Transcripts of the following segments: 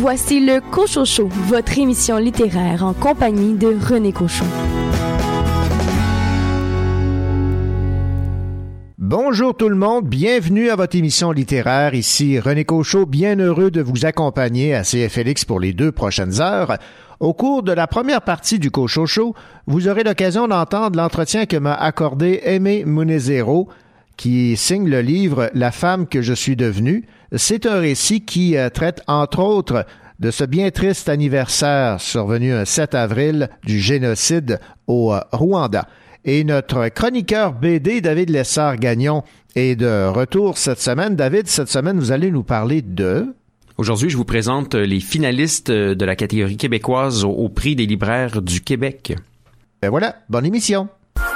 Voici le Cochocho, votre émission littéraire en compagnie de René Cochon. Bonjour tout le monde, bienvenue à votre émission littéraire. Ici René Cochon, bien heureux de vous accompagner à CFLX pour les 2 prochaines heures. Au cours de la première partie du Cochocho, vous aurez l'occasion d'entendre l'entretien que m'a accordé Aimé Munezero, qui signe le livre « La femme que je suis devenue ». C'est un récit qui traite, entre autres, de ce bien triste anniversaire survenu un 7 avril du génocide au Rwanda. Et notre chroniqueur BD, David Lessard-Gagnon, est de retour cette semaine. David, cette semaine, vous allez nous parler de... Aujourd'hui, je vous présente les finalistes de la catégorie québécoise au Prix des libraires du Québec. Ben voilà, bonne émission.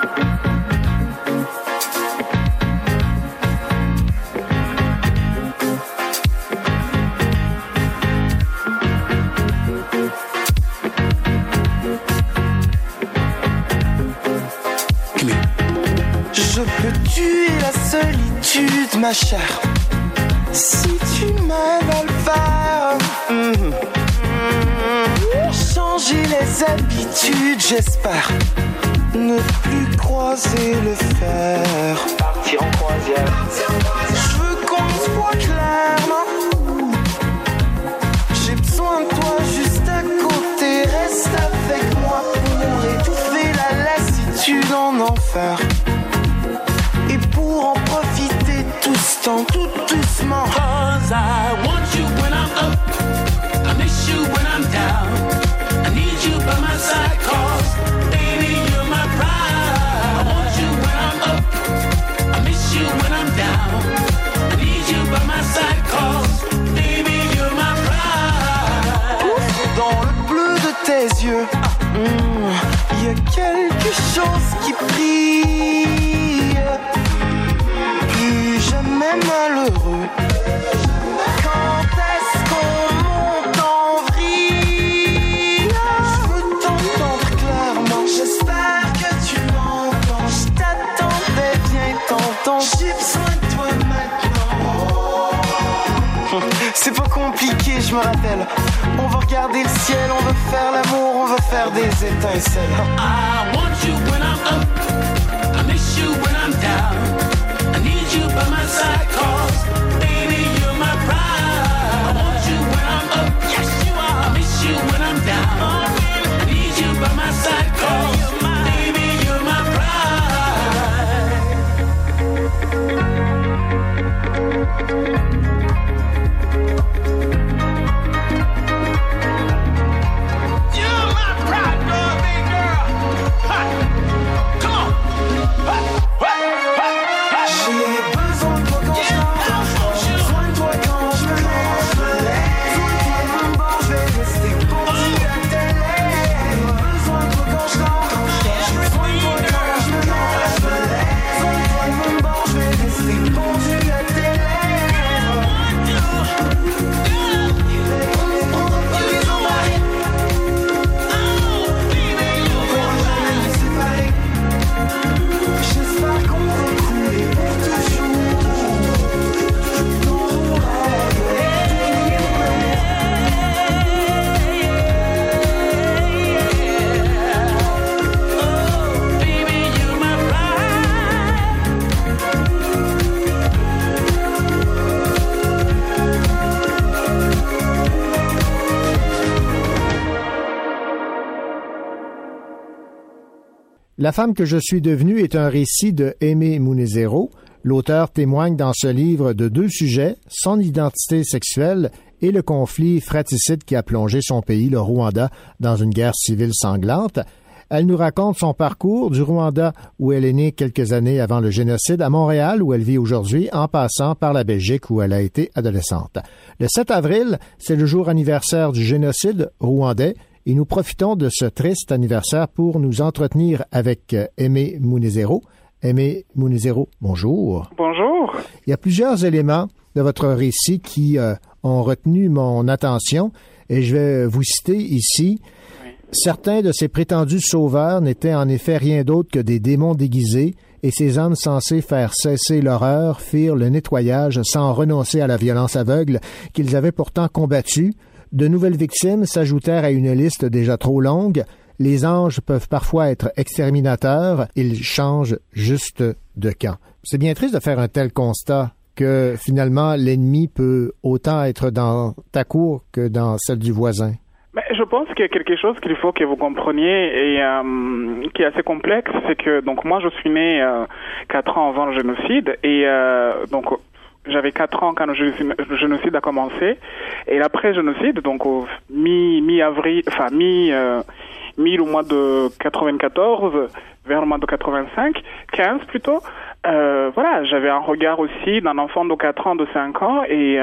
Je peux tuer la solitude, ma chère, si tu m'aides à le faire. Changer les habitudes, j'espère ne plus croiser le fer. Partir en croisière. Je veux qu'on se voit clairement. J'ai besoin de toi juste à côté. Reste avec moi pour étouffer la lassitude en enfer. Et pour en profiter tout ce temps, tout doucement. Cause I want you when I'm up, I miss you when I'm down. I need you by my side, cause baby you're my pride. I want you when I'm up, I miss you when I'm down. I need you by my side, cause baby you're my pride. Dans le bleu de tes yeux, y a quelque chose qui brille. Jamais malheureux. Quand est-ce qu'on monte en vrille? Je veux t'entendre clairement. J'espère que tu m'entends. Je t'attendais, viens t'entendre. J'ai besoin de toi maintenant. C'est pas compliqué, je me rappelle. On va regarder le ciel, on veut faire l'amour, on veut faire des étincelles. I want you when I'm up, I miss you when I'm down. I need you by my side, cause baby you're my pride. I want you when I'm up, yes you are. I miss you when I'm down. I need you by my side, cause baby you're my You're my pride, girl, big girl. Ha. Come on. Ha. La femme que je suis devenue est un récit de Aimé Munezero. L'auteur témoigne dans ce livre de 2 sujets, son identité sexuelle et le conflit fratricide qui a plongé son pays, le Rwanda, dans une guerre civile sanglante. Elle nous raconte son parcours du Rwanda, où elle est née quelques années avant le génocide, à Montréal, où elle vit aujourd'hui, en passant par la Belgique, où elle a été adolescente. Le 7 avril, c'est le jour anniversaire du génocide rwandais, et nous profitons de ce triste anniversaire pour nous entretenir avec Aimé Munezero. Aimé Munezero, bonjour. Bonjour. Il y a plusieurs éléments de votre récit qui ont retenu mon attention, et je vais vous citer ici. Oui. Certains de ces prétendus sauveurs n'étaient en effet rien d'autre que des démons déguisés, et ces hommes censés faire cesser l'horreur firent le nettoyage sans renoncer à la violence aveugle qu'ils avaient pourtant combattue. De nouvelles victimes s'ajoutèrent à une liste déjà trop longue. Les anges peuvent parfois être exterminateurs. Ils changent juste de camp. C'est bien triste de faire un tel constat que finalement l'ennemi peut autant être dans ta cour que dans celle du voisin. Mais je pense qu'il y a quelque chose qu'il faut que vous compreniez et qui est assez complexe, c'est que donc moi je suis né 4 ans avant le génocide et donc j'avais 4 ans quand le génocide a commencé et l'après-génocide, donc au mi-avril, enfin mi au mois de 94, vers le mois de 15 plutôt, voilà, j'avais un regard aussi d'un enfant de 4 ans, de 5 ans et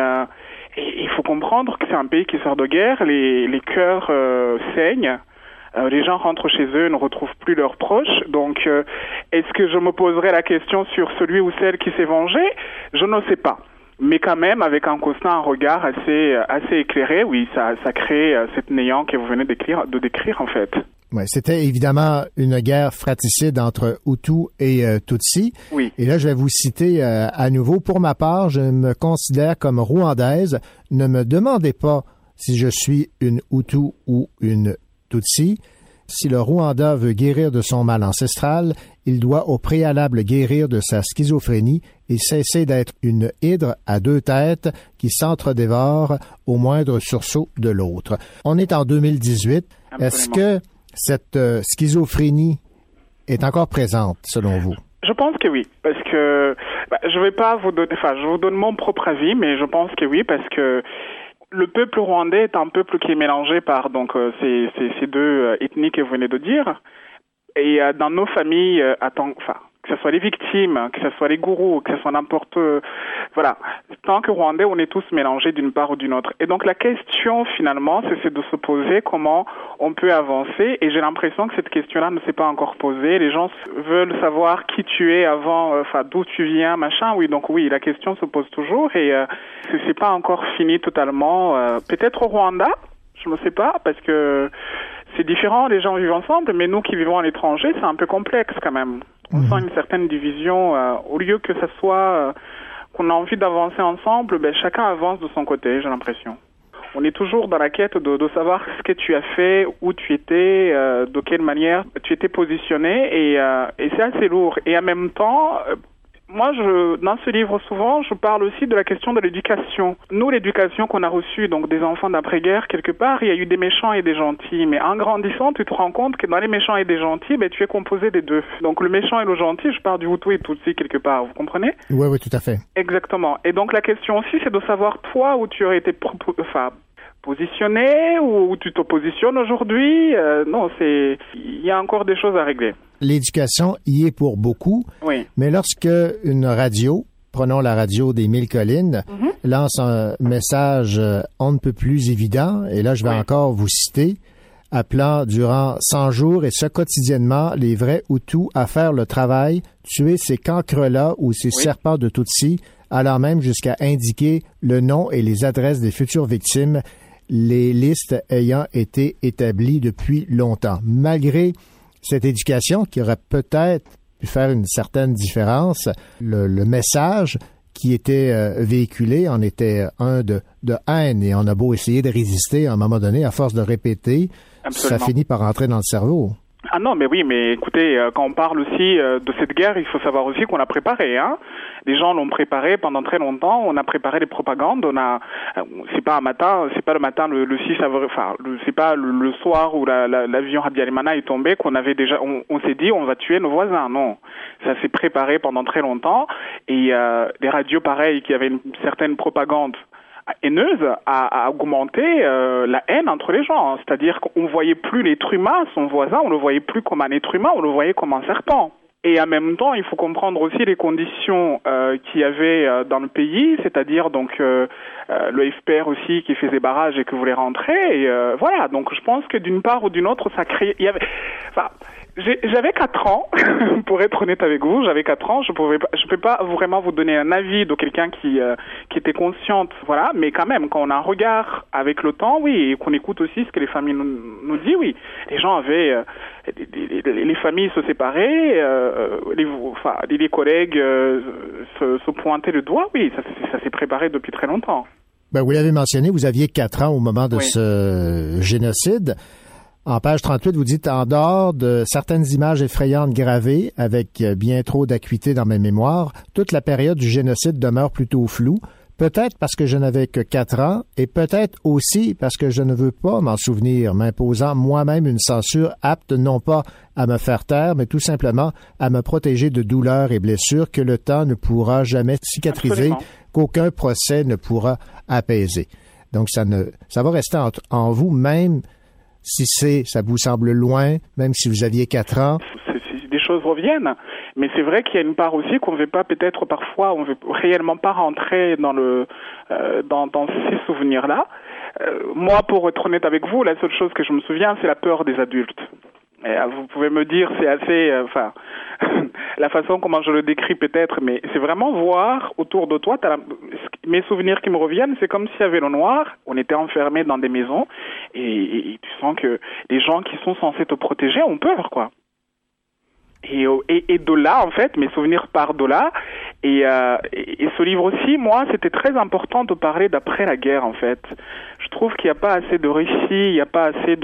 il faut comprendre que c'est un pays qui sort de guerre, les cœurs saignent, les gens rentrent chez eux et ne retrouvent plus leurs proches. Donc, est-ce que je me poserai la question sur celui ou celle qui s'est vengé? Je ne sais pas. Mais quand même, avec un constat, un regard assez éclairé, oui, ça crée cet néant que vous venez de décrire en fait. Ouais, c'était évidemment une guerre fratricide entre Hutus et Tutsis. Oui. Et là, je vais vous citer à nouveau. Pour ma part, je me considère comme rwandaise. Ne me demandez pas si je suis une Hutu ou une Tutsi. Si le Rwanda veut guérir de son mal ancestral, il doit au préalable guérir de sa schizophrénie et cesser d'être une hydre à 2 têtes qui s'entre-dévore au moindre sursaut de l'autre. On est en 2018. Absolument. Est-ce que cette schizophrénie est encore présente, selon vous? Je pense que oui, parce que je vais pas vous donner, enfin, je vous donne mon propre avis, mais je pense que oui, parce que le peuple rwandais est un peuple qui est mélangé par donc ces deux ethnies que vous venez de dire, et dans nos familles, que ce soit les victimes, que ce soit les gourous, que ce soit n'importe... voilà. Tant que Rwandais, on est tous mélangés d'une part ou d'une autre. Et donc la question, finalement, c'est de se poser comment on peut avancer. Et j'ai l'impression que cette question-là ne s'est pas encore posée. Les gens veulent savoir qui tu es avant, d'où tu viens, machin. Oui, donc oui, la question se pose toujours. Et c'est pas encore fini totalement. Peut-être au Rwanda, je ne sais pas, parce que c'est différent, les gens vivent ensemble. Mais nous qui vivons à l'étranger, c'est un peu complexe quand même. On sent une certaine division. Au lieu que ça soit qu'on a envie d'avancer ensemble, chacun avance de son côté, j'ai l'impression. On est toujours dans la quête de savoir ce que tu as fait, où tu étais, de quelle manière tu étais positionné, et c'est assez lourd. Et en même temps, moi, dans ce livre, souvent, je parle aussi de la question de l'éducation. Nous, l'éducation qu'on a reçue, donc des enfants d'après-guerre, quelque part, il y a eu des méchants et des gentils. Mais en grandissant, tu te rends compte que dans les méchants et des gentils, tu es composé des deux. Donc le méchant et le gentil, je parle du Hutu et Tutsi quelque part, vous comprenez? Oui, oui, tout à fait. Exactement. Et donc la question aussi, c'est de savoir, toi, où tu aurais été positionné, où tu te positionnes aujourd'hui. Non, il y a encore des choses à régler. L'éducation y est pour beaucoup, oui. Mais lorsque une radio, prenons la radio des Mille Collines, lance un message on ne peut plus évident, et là je vais encore vous citer, appelant durant 100 jours et ce quotidiennement les vrais Hutus à faire le travail, tuer ces cancres-là ou ces serpents de Tutsi, allant même jusqu'à indiquer le nom et les adresses des futures victimes, les listes ayant été établies depuis longtemps. Malgré cette éducation qui aurait peut-être pu faire une certaine différence, le message qui était véhiculé en était un de haine, et on a beau essayer de résister à un moment donné, à force de répéter, Absolument. Ça finit par entrer dans le cerveau. Ah non, mais oui, mais écoutez, quand on parle aussi de cette guerre, il faut savoir aussi qu'on l'a préparée, hein. Les gens l'ont préparée pendant très longtemps, on a préparé les propagandes, c'est pas le matin le 6 avril, c'est pas le soir où l'avion Habyarimana est tombé qu'on avait déjà, on s'est dit on va tuer nos voisins, non. Ça s'est préparé pendant très longtemps, et les radios pareilles qui avaient une certaine propagande haineuse a augmenté la haine entre les gens. C'est-à-dire qu'on voyait plus l'être humain, son voisin, on le voyait plus comme un être humain, on le voyait comme un serpent. Et en même temps, il faut comprendre aussi les conditions qu'il y avait dans le pays, c'est-à-dire donc le FPR aussi qui faisait barrage et qui voulait rentrer. Et voilà, donc je pense que d'une part ou d'une autre, ça crée... J'avais 4 ans, pour être honnête avec vous, j'avais 4 ans, je peux pas vraiment vous donner un avis de quelqu'un qui était consciente, voilà, mais quand même, quand on a un regard avec le temps, oui, et qu'on écoute aussi ce que les familles nous disent, oui, les gens avaient, les familles se séparaient, les collègues se pointaient le doigt, oui, ça s'est préparé depuis très longtemps. Ben, vous l'avez mentionné, vous aviez 4 ans au moment de ce génocide. En page 38, vous dites « En dehors de certaines images effrayantes gravées, avec bien trop d'acuité dans mes mémoires, toute la période du génocide demeure plutôt floue. Peut-être parce que je n'avais que 4 ans et peut-être aussi parce que je ne veux pas m'en souvenir, m'imposant moi-même une censure apte non pas à me faire taire, mais tout simplement à me protéger de douleurs et blessures que le temps ne pourra jamais cicatriser, qu'aucun procès ne pourra apaiser. » Donc, ça va rester en vous, même si ça vous semble loin, même si vous aviez 4 ans. Des choses reviennent, mais c'est vrai qu'il y a une part aussi qu'on ne veut pas, peut-être parfois, on ne veut réellement pas rentrer dans ces souvenirs-là. Moi, pour être honnête avec vous, la seule chose que je me souviens, c'est la peur des adultes. Et vous pouvez me dire, c'est assez, la façon comment je le décris peut-être, mais c'est vraiment voir autour de toi. Mes souvenirs qui me reviennent, c'est comme s'il y avait le noir, on était enfermés dans des maisons, et tu sens que les gens qui sont censés te protéger ont peur, quoi. Et de là, en fait, mes souvenirs partent de là. Et ce livre aussi, moi, c'était très important de parler d'après la guerre, en fait. Je trouve qu'il n'y a pas assez de récits, il n'y a pas assez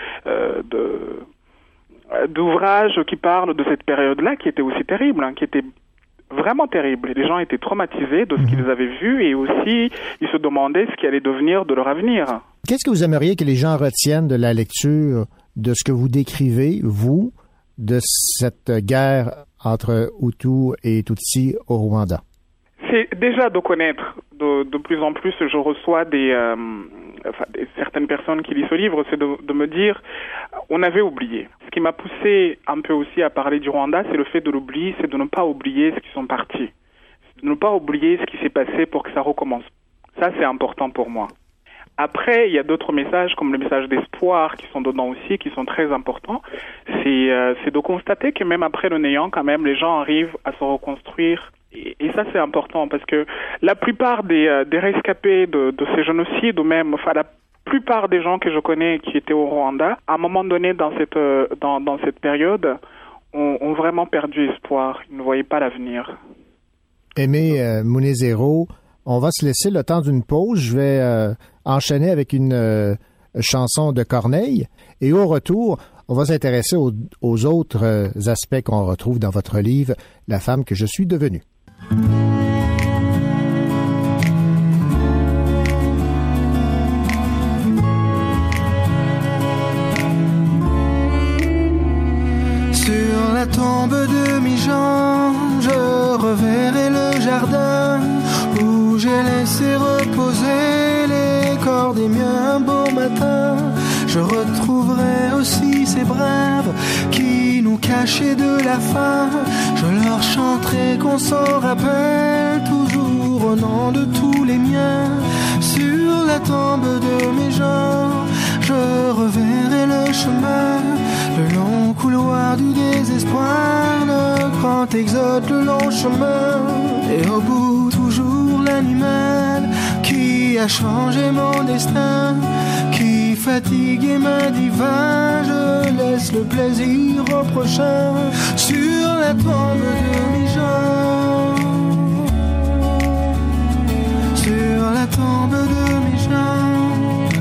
d'ouvrages qui parlent de cette période-là, qui était aussi terrible, qui était vraiment terrible. Les gens étaient traumatisés de ce qu'ils avaient vu et aussi, ils se demandaient ce qui allait devenir de leur avenir. Qu'est-ce que vous aimeriez que les gens retiennent de la lecture de ce que vous décrivez, vous, de cette guerre entre Hutus et Tutsis au Rwanda? C'est déjà de connaître. De plus en plus, je reçois certaines personnes qui lisent ce livre, c'est de me dire, on avait oublié. Ce qui m'a poussé un peu aussi à parler du Rwanda, c'est le fait de l'oublier, c'est de ne pas oublier ce qui sont partis. De ne pas oublier ce qui s'est passé pour que ça recommence. Ça, c'est important pour moi. Après, il y a d'autres messages, comme le message d'espoir, qui sont dedans aussi, qui sont très importants. C'est de constater que même après le néant, quand même, les gens arrivent à se reconstruire. Et ça, c'est important, parce que la plupart des rescapés de ces génocides, ou même, la plupart des gens que je connais qui étaient au Rwanda, à un moment donné dans cette période, ont vraiment perdu espoir. Ils ne voyaient pas l'avenir. Aimé Munezero, on va se laisser le temps d'une pause. Je vais enchaîner avec une chanson de Corneille. Et au retour, on va s'intéresser aux autres aspects qu'on retrouve dans votre livre, La femme que je suis devenue. Sur la tombe de Mijan, je reverrai le jardin où j'ai laissé reposer les corps des miens un beau matin. Je retrouverai aussi ces braves qui nous cachaient de la faim. Je leur chanterai qu'on s'en rappelle toujours au nom de tous les miens. Sur la tombe de mes gens, je reverrai le chemin, le long couloir du désespoir, le grand exode, le long chemin. Et au bout, toujours l'animal qui a changé mon destin, qui fatigue et m'a dit va, je laisse le plaisir au prochain. Sur la tombe de mes gens, sur la tombe de mes gens,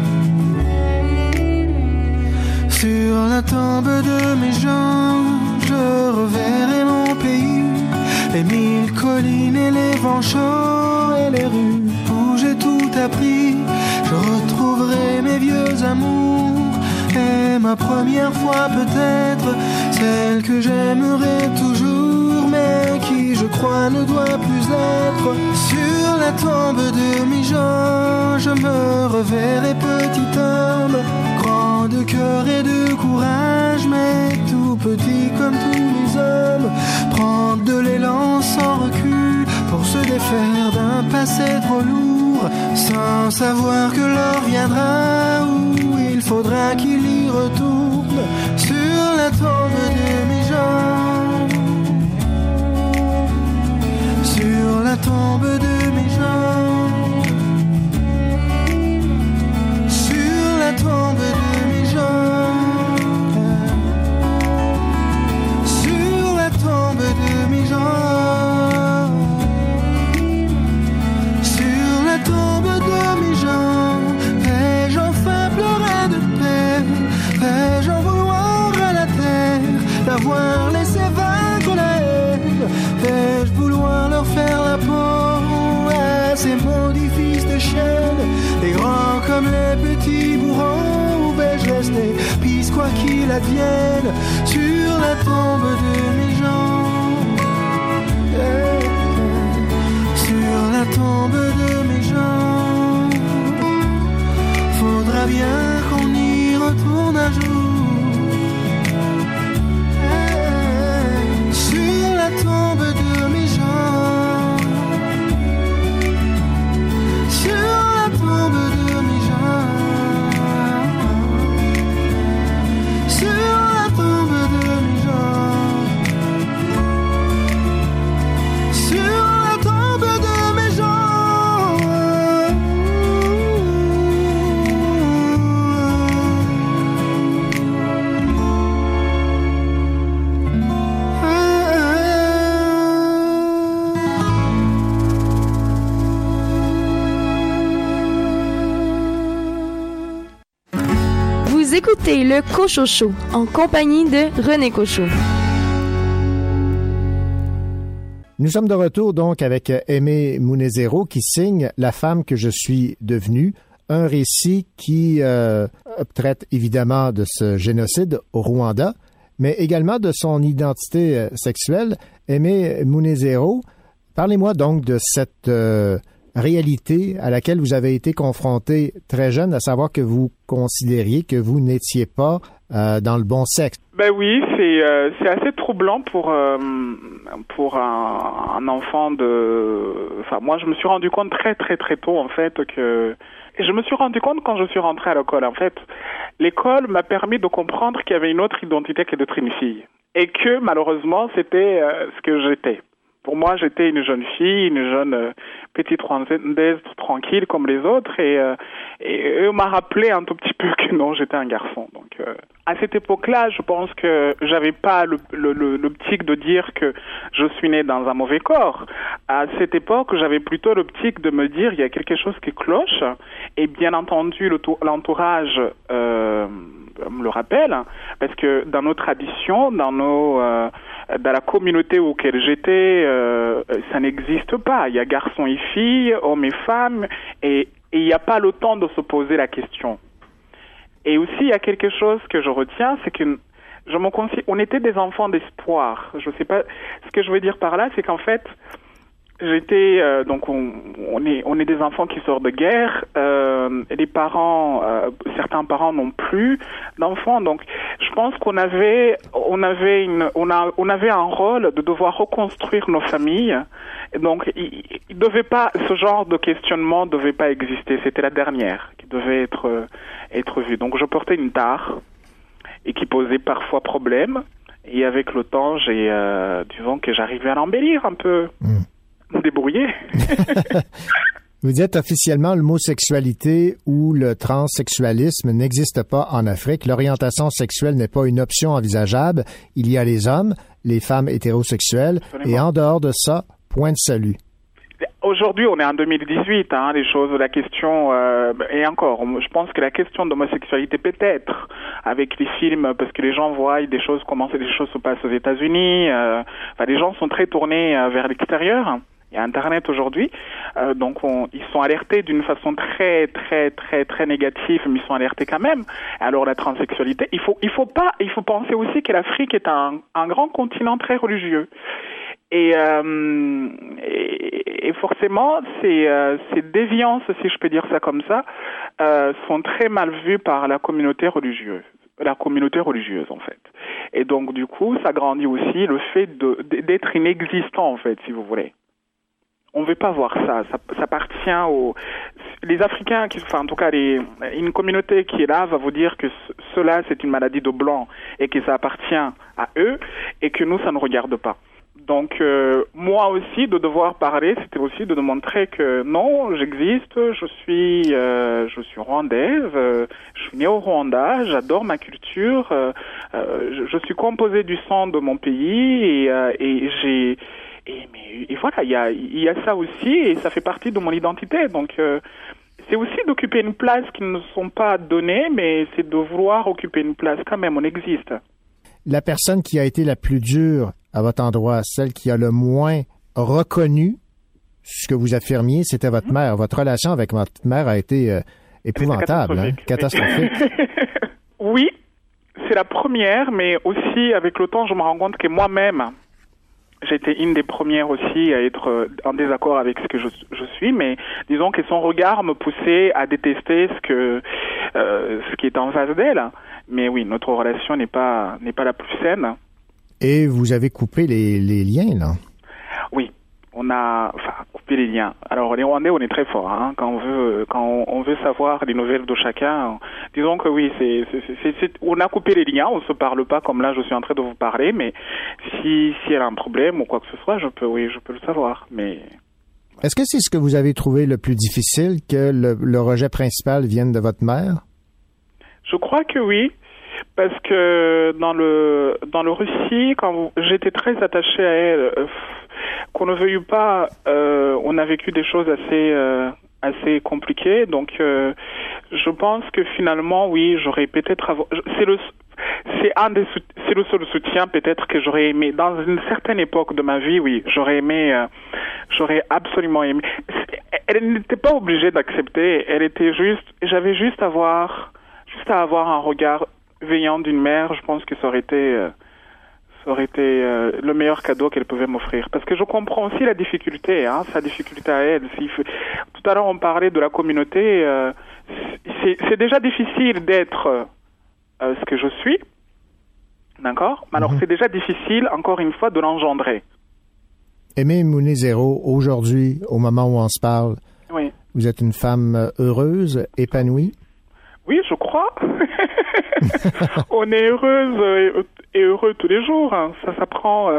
sur la tombe de mes gens, je reverrai mon pays, les 1000 collines et les vents chauds et les rues où j'ai tout appris. Je retrouverai mes vieux amours et ma première fois peut-être, celle que j'aimerai toujours, mais qui je crois ne doit plus être. Sur la tombe de mes gens, je me reverrai petit homme, grand de cœur et de courage, mais tout petit comme tous les hommes. Prendre de l'élan sans recul pour se défaire d'un passé trop lourd, sans savoir que l'heure viendra où il faudra qu'il y retourne. Sur la tombe de mes gens, sur la tombe de mes gens, sur la tombe de mes gens, sur la tombe de mes gens, sur la tombe de mes gens. de chaîne, les grands comme les petits bourrons, où vais-je rester, puisque quoi qu'il advienne, sur la tombe de mes gens, sur la tombe de mes gens, faudra bien qu'on y retourne un jour. Sur la tombe de mes gens, sur la tombe de mes gens, sur la tombe de mes gens, sur la tombe de mes gens. Vous écoutez le Cochocho en compagnie de René Cochot. Nous sommes de retour donc avec Aimé Munezero qui signe La femme que je suis devenue, un récit qui traite évidemment de ce génocide au Rwanda, mais également de son identité sexuelle. Aimé Munezero, parlez-moi donc de cette réalité à laquelle vous avez été confronté très jeune, à savoir que vous considériez que vous n'étiez pas dans le bon sexe. Ben oui, c'est assez troublant pour un enfant de... Enfin, moi, je me suis rendu compte très tôt, en fait, que... Et je me suis rendu compte quand je suis rentré à l'école, en fait. L'école m'a permis de comprendre qu'il y avait une autre identité que d'être une fille. Et que, malheureusement, c'était ce que j'étais. Pour moi, j'étais une jeune fille, une jeune petite Rwandaise tranquille comme les autres, et on m'a rappelé un tout petit peu que non, j'étais un garçon. Donc, à cette époque-là, je pense que j'avais pas l'optique de dire que je suis né dans un mauvais corps. À cette époque, j'avais plutôt l'optique de me dire il y a quelque chose qui cloche, et bien entendu, l'entourage me le rappelle, parce que dans nos traditions, dans la communauté auquel j'étais, ça n'existe pas. Il y a garçons et filles, hommes et femmes, et il n'y a pas le temps de se poser la question. Et aussi, il y a quelque chose que je retiens, c'est que on était des enfants d'espoir. Je sais pas, ce que je veux dire par là, c'est qu'en fait, j'étais donc on est des enfants qui sortent de guerre. Les parents, certains parents n'ont plus d'enfants, donc je pense qu'on avait un rôle de devoir reconstruire nos familles. Donc il devait pas, ce genre de questionnement devait pas exister. C'était la dernière qui devait être vue. Donc je portais une tare et qui posait parfois problème. Et avec le temps, disons que j'arrivais à l'embellir un peu. Débrouillé. Vous dites officiellement l'homosexualité ou le transsexualisme n'existe pas en Afrique. L'orientation sexuelle n'est pas une option envisageable. Il y a les hommes, les femmes hétérosexuelles, absolument. Et en dehors de ça, point de salut. Aujourd'hui, on est en 2018, la question, et encore, je pense que la question d'homosexualité peut-être, avec les films, parce que les gens voient des choses, comment les choses se passent aux États-Unis, les gens sont très tournés vers l'extérieur. Il y a Internet aujourd'hui, donc ils sont alertés d'une façon très négative, mais ils sont alertés quand même. Alors la transsexualité, il faut penser aussi que l'Afrique est un grand continent très religieux. Et forcément, ces déviances, si je peux dire ça comme ça, sont très mal vues par la communauté religieuse en fait. Et donc du coup, ça grandit aussi le fait d'être inexistant en fait, si vous voulez. On ne veut pas voir ça. Ça appartient les Africains, en tout cas, une communauté qui est là va vous dire que cela, c'est une maladie de blanc et que ça appartient à eux et que nous, ça ne regarde pas. Donc, moi aussi, de devoir parler, c'était aussi de montrer que non, j'existe, je suis rwandaise, je suis née au Rwanda, j'adore ma culture, je suis composée du sang de mon pays et voilà, il y a ça aussi et ça fait partie de mon identité. Donc, c'est aussi d'occuper une place qui ne sont pas données, mais c'est de vouloir occuper une place quand même, on existe. La personne qui a été la plus dure à votre endroit, celle qui a le moins reconnu ce que vous affirmiez, c'était votre mère. Votre relation avec votre mère a été épouvantable, catastrophique. Oui, c'est la première, mais aussi avec le temps, je me rends compte que moi-même, j'étais une des premières aussi à être en désaccord avec ce que je suis, mais disons que son regard me poussait à détester ce qui est en face d'elle. Mais oui, notre relation n'est pas la plus saine. Et vous avez coupé les liens, là? Oui, on a coupé les liens. Alors les Rwandais, on est très forts, hein, quand on veut savoir les nouvelles de chacun. Disons que oui, on a coupé les liens, on se parle pas comme là je suis en train de vous parler, mais si elle a un problème ou quoi que ce soit, je peux le savoir. Mais est-ce que c'est ce que vous avez trouvé le plus difficile, que le rejet principal vienne de votre mère? Je crois que oui. Parce que dans le récit, quand j'étais très attachée à elle, qu'on ne veuille pas, on a vécu des choses assez compliquées. Donc, je pense que finalement, oui, j'aurais peut-être c'est le seul soutien peut-être que j'aurais aimé dans une certaine époque de ma vie. Oui, j'aurais absolument aimé. Elle n'était pas obligée d'accepter. J'avais juste à avoir un regard veillant d'une mère. Je pense que ça aurait été le meilleur cadeau qu'elle pouvait m'offrir. Parce que je comprends aussi la difficulté, sa difficulté à elle. Tout à l'heure, on parlait de la communauté. C'est déjà difficile d'être ce que je suis. D'accord? Alors, c'est déjà difficile, encore une fois, de l'engendrer. Aimée Mounezero, aujourd'hui, au moment où on se parle, oui. Vous êtes une femme heureuse, épanouie? Oui, je crois. On est heureuse et heureux tous les jours. Ça s'apprend.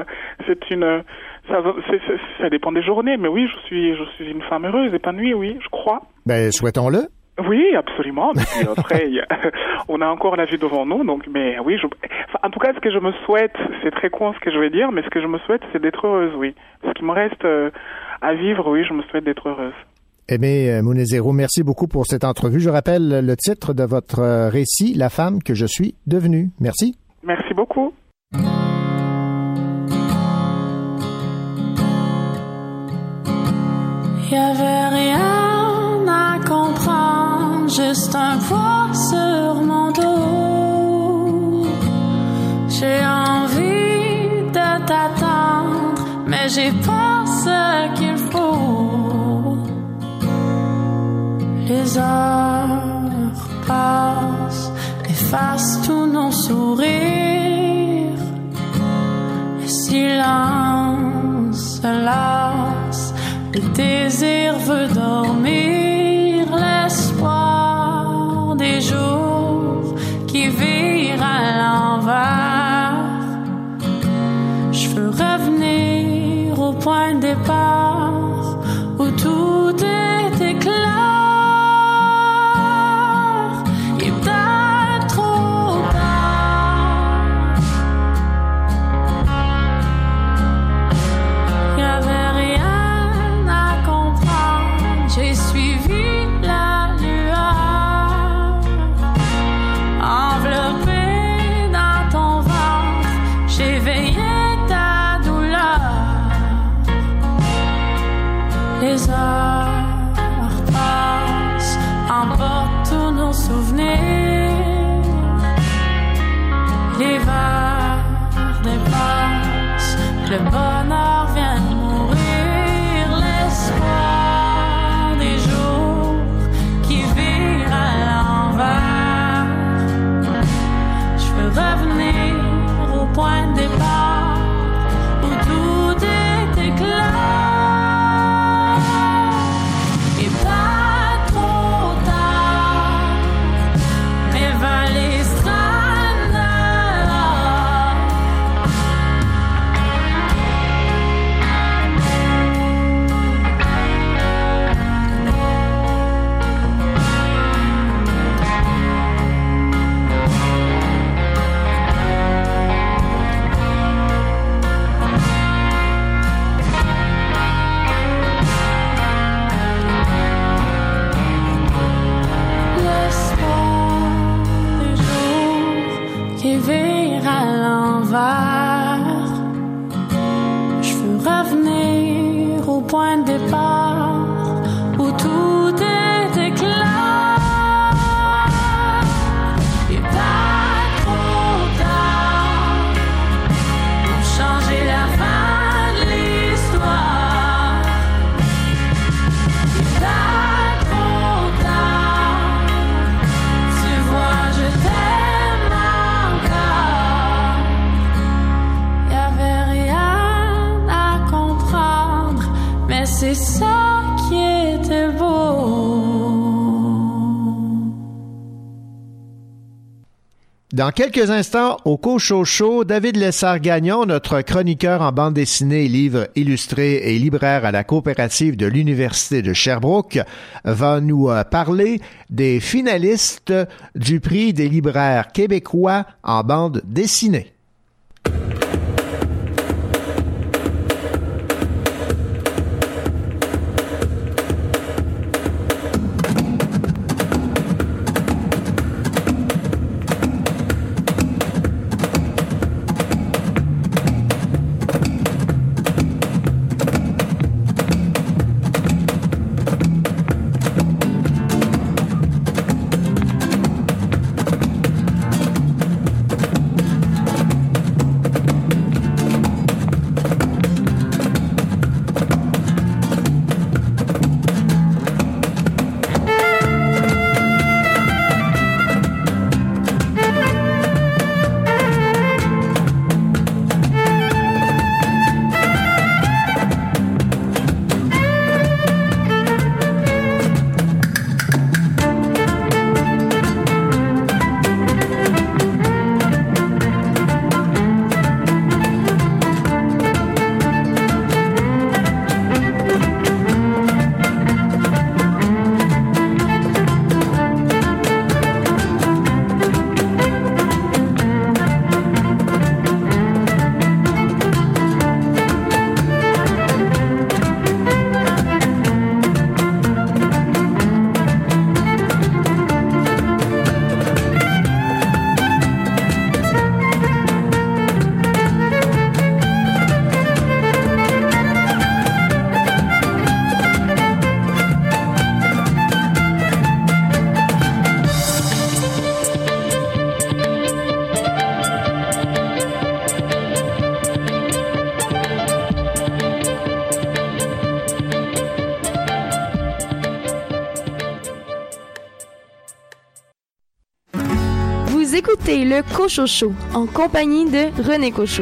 Ça dépend des journées, mais oui, je suis une femme heureuse, épanouie, oui, je crois. Ben, souhaitons-le. Oui, absolument. Mais puis après, on a encore la vie devant nous, donc. Mais oui, en tout cas, ce que je me souhaite, c'est très con ce que je vais dire, mais ce que je me souhaite, c'est d'être heureuse, oui. Ce qui me reste à vivre, oui, je me souhaite d'être heureuse. Aimée Mounezero, merci beaucoup pour cette entrevue. Je rappelle le titre de votre récit, La femme que je suis devenue. Merci. Merci beaucoup. Il y avait rien à comprendre, juste un poids sur mon dos. J'ai envie de t'attendre, mais j'ai pas ce qu'il faut. Les heures passent, effacent tous nos sourires. Le silence se lasse, le désir veut dormir. L'espoir des jours qui virent à l'envers. Je veux revenir au point de départ où tout était clair. J'ai suivi Dans quelques instants, au Cochocho, David Lessard-Gagnon, notre chroniqueur en bande dessinée, livres illustrés et libraire à la coopérative de l'Université de Sherbrooke, va nous parler des finalistes du prix des libraires québécois en bande dessinée. Écoutez le Cochocho en compagnie de René Cochot.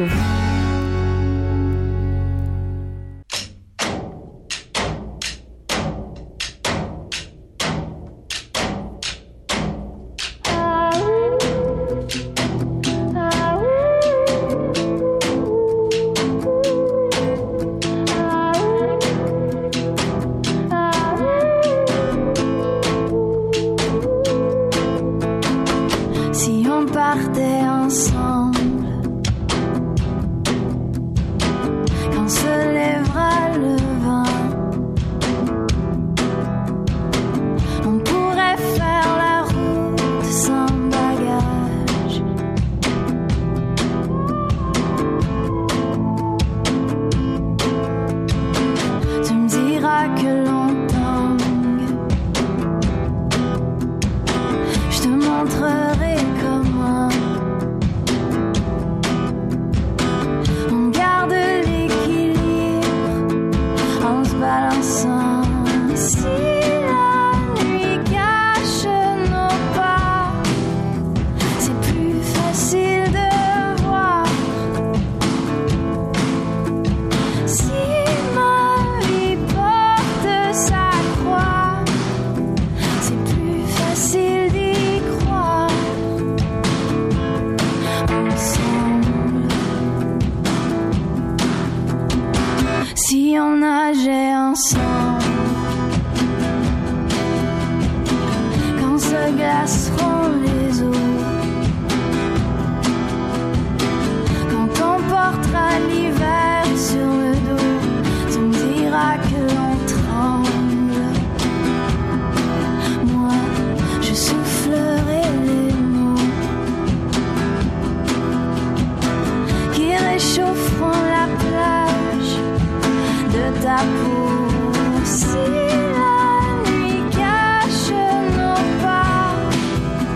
Si la nuit cache nos pas,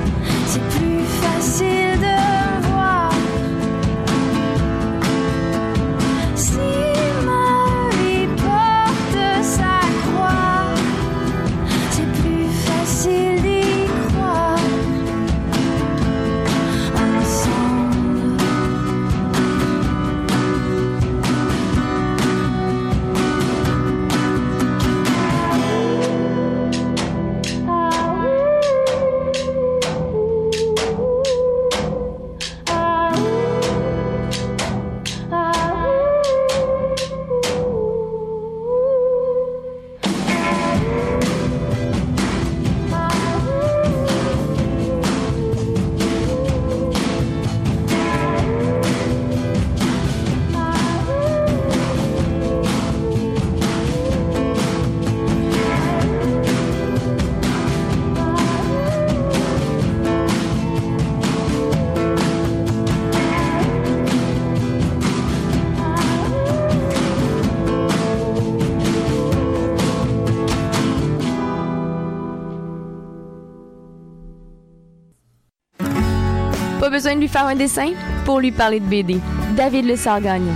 Pas besoin de lui faire un dessin pour lui parler de BD. David Lessard-Gagnon.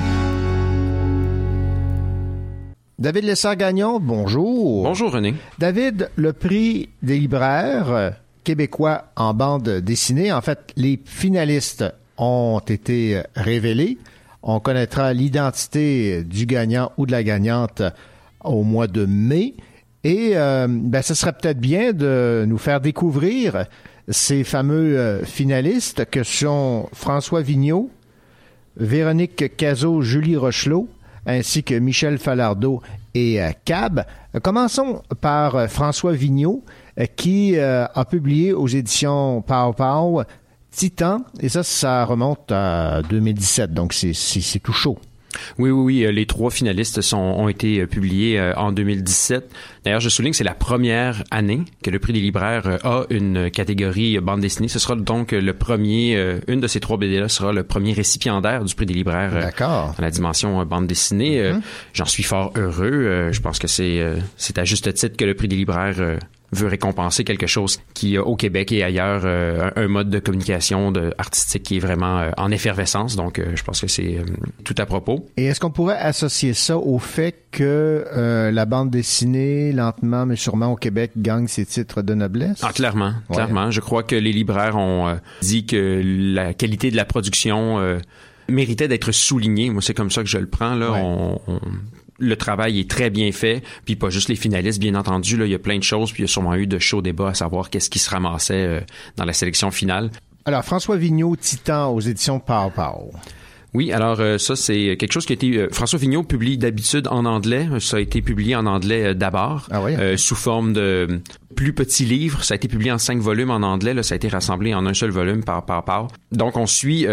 David Lessard-Gagnon, bonjour. Bonjour René. David, le prix des libraires québécois en bande dessinée, en fait, les finalistes ont été révélés. On connaîtra l'identité du gagnant ou de la gagnante au mois de mai. Et ce serait peut-être bien de nous faire découvrir ces fameux finalistes que sont François Vigneault, Véronique Cazot, Julie Rochelot, ainsi que Michel Falardeau et Cab. Commençons par François Vigneault, qui a publié aux éditions Pow Pow Titan, et ça remonte à 2017, donc c'est tout chaud. Oui, les 3 finalistes ont été publiés en 2017. D'ailleurs, je souligne que c'est la première année que le prix des libraires a une catégorie bande dessinée. Ce sera donc le premier, une de ces 3 BD-là sera le premier récipiendaire du prix des libraires dans la dimension bande dessinée. J'en suis fort heureux. Je pense que c'est à juste titre que le prix des libraires veut récompenser quelque chose qui, au Québec et ailleurs, un mode de communication artistique qui est vraiment en effervescence. Donc, je pense que c'est tout à propos. Et est-ce qu'on pourrait associer ça au fait que la bande dessinée, lentement mais sûrement au Québec, gagne ses titres de noblesse? Ah, clairement. Je crois que les libraires ont dit que la qualité de la production méritait d'être soulignée. Moi, c'est comme ça que je le prends. Là, le travail est très bien fait, puis pas juste les finalistes, bien entendu. Là, il y a plein de choses, puis il y a sûrement eu de chauds débats à savoir qu'est-ce qui se ramassait dans la sélection finale. Alors, François Vigneault, Titan, aux éditions Pow Pow. Oui, alors ça, c'est quelque chose qui a été... François Vigneault publie d'habitude en anglais. Ça a été publié en anglais d'abord, sous forme de plus petits livres. Ça a été publié en 5 volumes en anglais. Là, ça a été rassemblé en un seul volume par. Donc, on suit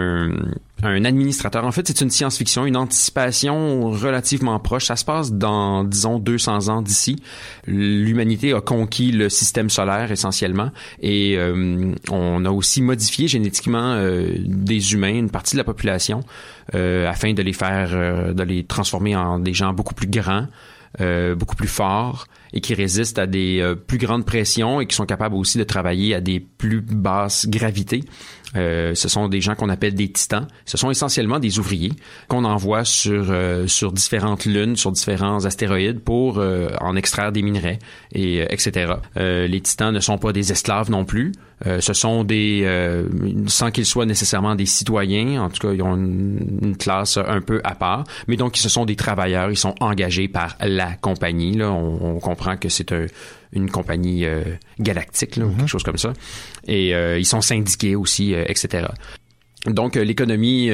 un administrateur. En fait, c'est une science-fiction, une anticipation relativement proche. Ça se passe dans, disons, 200 ans d'ici. L'humanité a conquis le système solaire essentiellement et on a aussi modifié génétiquement des humains, une partie de la population, afin de les transformer en des gens beaucoup plus grands, beaucoup plus forts et qui résistent à des plus grandes pressions et qui sont capables aussi de travailler à des plus basses gravités. Ce sont des gens qu'on appelle des titans. Ce sont essentiellement des ouvriers qu'on envoie sur différentes lunes, sur différents astéroïdes pour en extraire des minerais, et etc. Les titans ne sont pas des esclaves non plus. Ce sont sans qu'ils soient nécessairement des citoyens, en tout cas, ils ont une classe un peu à part, mais donc ce sont des travailleurs, ils sont engagés par la compagnie. Là, on comprend que c'est une compagnie galactique, là, ou quelque chose comme ça. Et ils sont syndiqués aussi, etc. Donc, l'économie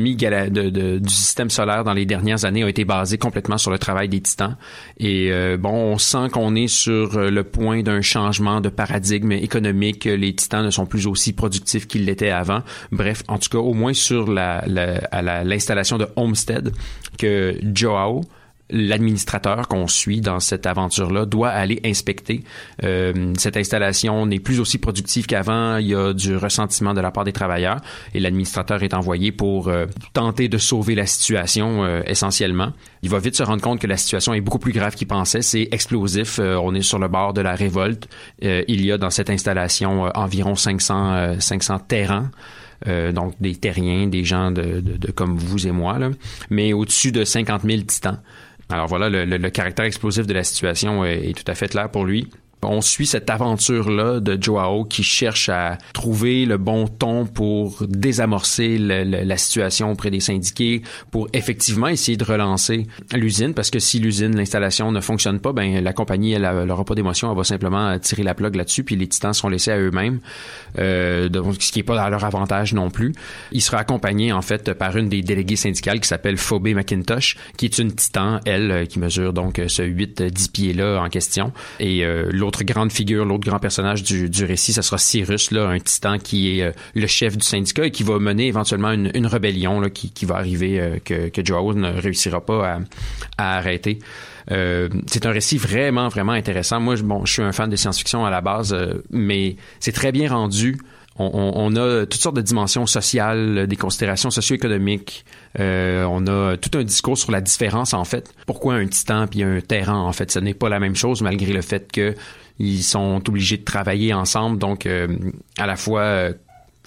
du système solaire dans les dernières années a été basée complètement sur le travail des titans. Et on sent qu'on est sur le point d'un changement de paradigme économique. Les titans ne sont plus aussi productifs qu'ils l'étaient avant. Bref, en tout cas, au moins sur l'installation de Homestead, que Joao, l'administrateur qu'on suit dans cette aventure-là, doit aller inspecter. Cette installation n'est plus aussi productive qu'avant. Il y a du ressentiment de la part des travailleurs et l'administrateur est envoyé pour tenter de sauver la situation essentiellement. Il va vite se rendre compte que la situation est beaucoup plus grave qu'il pensait. C'est explosif. On est sur le bord de la révolte. Il y a dans cette installation environ 500 terrans. Donc des terriens, des gens de comme vous et moi, là, mais au-dessus de 50 000 titans. Alors voilà, le caractère explosif de la situation est tout à fait clair pour lui. On suit cette aventure-là de Joao qui cherche à trouver le bon ton pour désamorcer la situation auprès des syndiqués, pour effectivement essayer de relancer l'usine, parce que si l'installation ne fonctionne pas, ben la compagnie, elle n'aura pas d'émotion, elle va simplement tirer la plug là-dessus, puis les titans seront laissés à eux-mêmes, donc, ce qui n'est pas à leur avantage non plus. Il sera accompagné en fait par une des déléguées syndicales qui s'appelle Phoebe McIntosh, qui est une titan, elle, qui mesure donc ce 8-10 pieds-là en question, et l'autre grande figure, l'autre grand personnage du récit, ça sera Cyrus, là, un titan qui est le chef du syndicat et qui va mener éventuellement une rébellion là, qui va arriver, que Joao ne réussira pas à arrêter. C'est un récit vraiment, vraiment intéressant. Moi, je suis un fan de science-fiction à la base, mais c'est très bien rendu. On a toutes sortes de dimensions sociales, des considérations socio-économiques. On a tout un discours sur la différence, en fait. Pourquoi un titan puis un terran, en fait? Ce n'est pas la même chose, malgré le fait qu'ils sont obligés de travailler ensemble. Donc, à la fois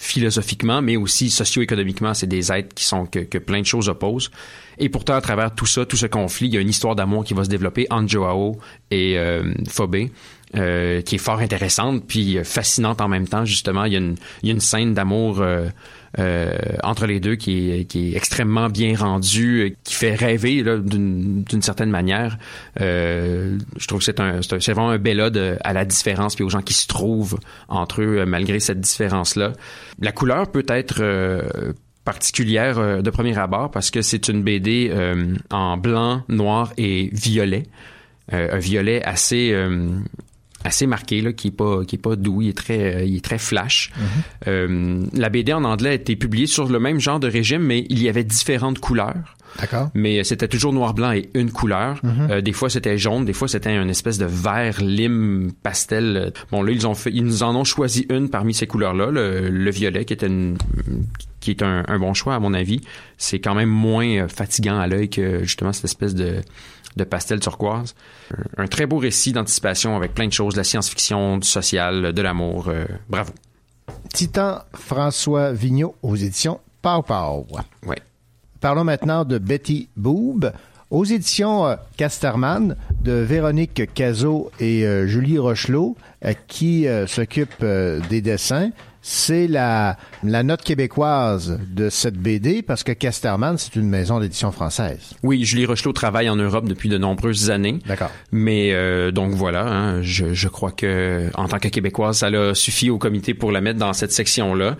philosophiquement, mais aussi socio-économiquement, c'est des êtres qui sont que plein de choses opposent. Et pourtant, à travers tout ça, tout ce conflit, il y a une histoire d'amour qui va se développer entre Joao et Phobé, qui est fort intéressante, puis fascinante en même temps. Justement, il y a une scène d'amour entre les deux qui est extrêmement bien rendue, qui fait rêver là, d'une certaine manière. Je trouve que c'est vraiment un bel ode à la différence puis aux gens qui se trouvent entre eux malgré cette différence-là. La couleur peut être particulière de premier abord parce que c'est une BD en blanc, noir et violet. Un violet assez marqué là, qui est pas doux, il est très flash. La BD en anglais a été publiée sur le même genre de régime, mais il y avait différentes couleurs. D'accord. Mais c'était toujours noir blanc et une couleur. Des fois c'était jaune, des fois c'était une espèce de vert lime pastel. Bon là ils nous en ont choisi une parmi ces couleurs-là, le violet qui est un bon choix à mon avis. C'est quand même moins fatigant à l'œil que justement cette espèce de pastel turquoise. Un très beau récit d'anticipation avec plein de choses, de la science-fiction, du social, de l'amour. Bravo. Titan François Vigneault aux éditions Pow Pow. Ouais. Parlons maintenant de Betty Boop aux éditions Casterman de Véronique Cazot et Julie Rochelot qui s'occupent des dessins. C'est la note québécoise de cette BD parce que Casterman, c'est une maison d'édition française. Oui, Julie Rochelot travaille en Europe depuis de nombreuses années. D'accord. Mais donc voilà, hein, je crois que en tant que Québécoise, ça l'a suffi au comité pour la mettre dans cette section-là.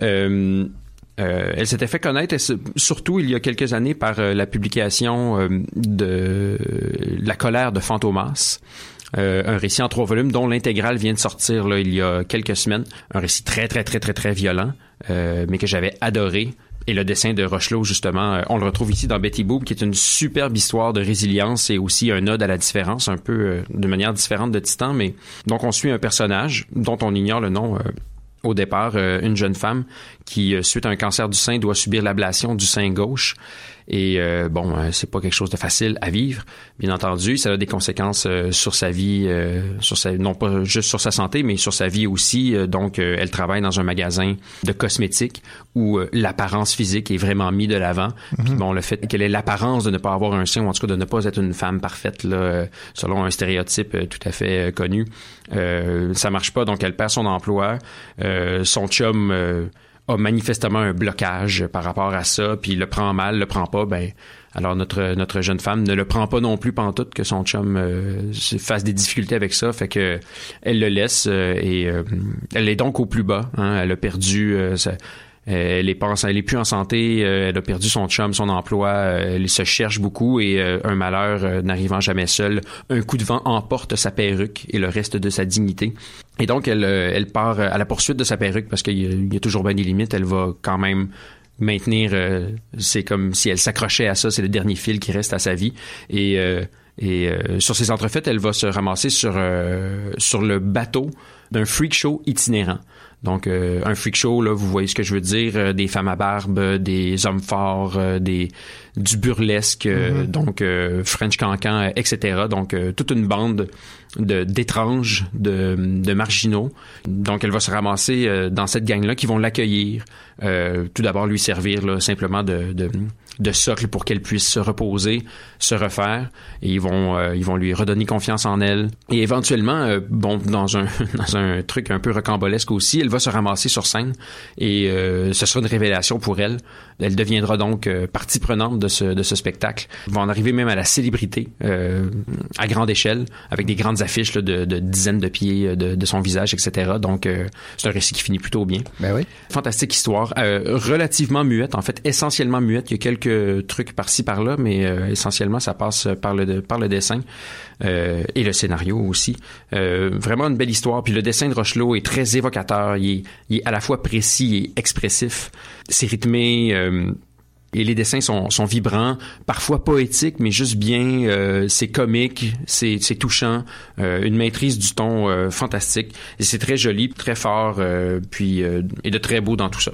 Elle s'était fait connaître, surtout il y a quelques années, par la publication de La colère de Fantomas. Un récit en 3 volumes dont l'intégrale vient de sortir là, il y a quelques semaines. Un récit très, très, très, très, très violent, mais que j'avais adoré. Et le dessin de Rochelot, justement, on le retrouve ici dans Betty Boop, qui est une superbe histoire de résilience et aussi un ode à la différence, un peu de manière différente de Titan. Mais donc, on suit un personnage dont on ignore le nom au départ, une jeune femme qui, suite à un cancer du sein, doit subir l'ablation du sein gauche. Et c'est pas quelque chose de facile à vivre, bien entendu. Ça a des conséquences sur sa vie, non pas juste sur sa santé, mais sur sa vie aussi. Donc, elle travaille dans un magasin de cosmétiques où l'apparence physique est vraiment mise de l'avant. Puis le fait qu'elle ait l'apparence de ne pas avoir un sein, ou en tout cas de ne pas être une femme parfaite, là, selon un stéréotype tout à fait connu, ça marche pas. Donc, elle perd son emploi. Son chum a manifestement un blocage par rapport à ça, puis il le prend mal, le prend pas, alors notre jeune femme ne le prend pas non plus pantoute que son chum fasse des difficultés avec ça, fait que elle le laisse et elle est donc au plus bas, hein, elle a perdu elle est plus en santé, elle a perdu son chum, son emploi, elle se cherche beaucoup et un malheur n'arrivant jamais seul, un coup de vent emporte sa perruque et le reste de sa dignité. Et donc elle part à la poursuite de sa perruque parce qu'il y a toujours bien des limites, elle va quand même maintenir, c'est comme si elle s'accrochait à ça, c'est le dernier fil qui reste à sa vie et sur ces entrefaites, elle va se ramasser sur le bateau d'un freak show itinérant. Donc, un freak show, là, vous voyez ce que je veux dire, des femmes à barbe, des hommes forts, du burlesque, donc French Cancan, etc. Donc, toute une bande d'étranges, de marginaux. Donc, elle va se ramasser dans cette gang-là qui vont l'accueillir. Tout d'abord, lui servir là, simplement de socle pour qu'elle puisse se reposer, se refaire. Et ils vont lui redonner confiance en elle. Et éventuellement, dans un truc un peu rocambolesque aussi, elle va se ramasser sur scène et ce sera une révélation pour elle. Elle deviendra donc partie prenante de ce spectacle. Ils vont en arriver même à la célébrité à grande échelle, avec des grandes affiches là, de dizaines de pieds de son visage, etc. Donc, c'est un récit qui finit plutôt bien. Ben oui. Fantastique histoire. Relativement muette, en fait, essentiellement muette. Il y a quelques trucs par-ci, par-là, mais essentiellement, ça passe par le dessin et le scénario aussi. Vraiment une belle histoire. Puis le dessin de Rochelot est très évocateur. Il est à la fois précis et expressif. C'est rythmé... et les dessins sont vibrants, parfois poétiques, mais juste bien. C'est comique, c'est touchant, une maîtrise du ton fantastique. Et c'est très joli, très fort, et de très beau dans tout ça.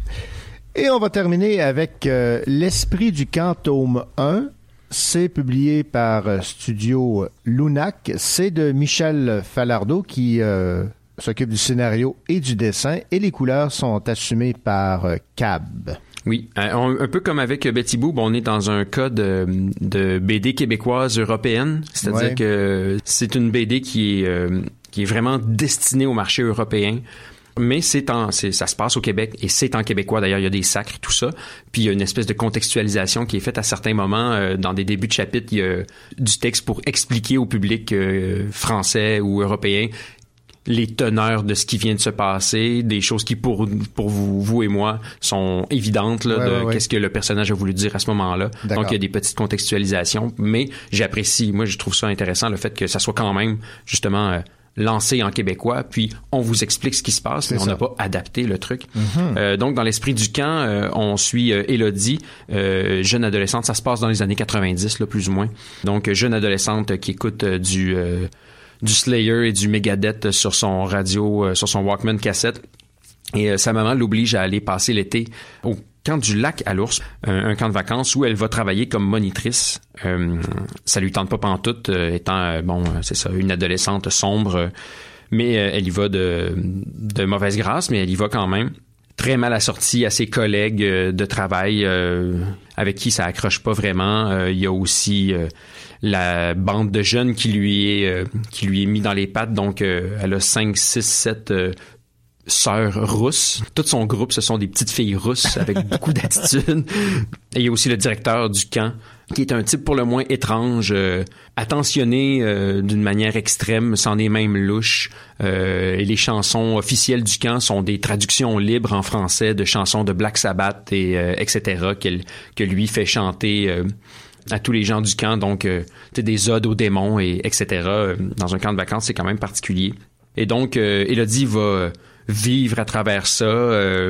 Et on va terminer avec L'Esprit du camp, tome 1. C'est publié par Studio Lunac. C'est de Michel Falardeau qui s'occupe du scénario et du dessin, et les couleurs sont assumées par Cab. Oui, un peu comme avec Betty Boop, on est dans un cas de BD québécoise européenne, c'est-à-dire que c'est une BD qui est vraiment destinée au marché européen. Mais ça se passe au Québec et c'est en québécois. D'ailleurs, il y a des sacres, tout ça. Puis il y a une espèce de contextualisation qui est faite à certains moments. Dans des débuts de chapitre, il y a du texte pour expliquer au public français ou européen les teneurs de ce qui vient de se passer, des choses qui pour vous et moi sont évidentes là, qu'est-ce que le personnage a voulu dire à ce moment-là. D'accord. Donc il y a des petites contextualisations, mais j'apprécie, moi je trouve ça intéressant le fait que ça soit quand même justement lancé en québécois, puis on vous explique ce qui se passe, mais on n'a pas adapté le truc. Mm-hmm. Donc, dans l'esprit du camp, on suit Élodie, jeune adolescente. Ça se passe dans les années 90, là, plus ou moins. Donc, jeune adolescente qui écoute du Slayer et du Megadeth sur son radio, sur son Walkman cassette. Et sa maman l'oblige à aller passer l'été au camp du lac à l'Ours, un camp de vacances où elle va travailler comme monitrice. Ça lui tente pas pantoute, étant, c'est ça, une adolescente sombre, mais elle y va de mauvaise grâce, mais elle y va quand même. Très mal assortie à ses collègues de travail avec qui ça accroche pas vraiment. Il y a aussi la bande de jeunes qui lui est mis dans les pattes, donc elle a 5, 6, 7... sœur russe. Tout son groupe, ce sont des petites filles russes avec beaucoup d'attitude. Et il y a aussi le directeur du camp, qui est un type pour le moins étrange, attentionné d'une manière extrême, c'en est même louche. Et les chansons officielles du camp sont des traductions libres en français de chansons de Black Sabbath et etc. que lui fait chanter à tous les gens du camp. Donc, des odes aux démons et etc. Dans un camp de vacances, c'est quand même particulier. Et donc, Élodie va vivre à travers ça,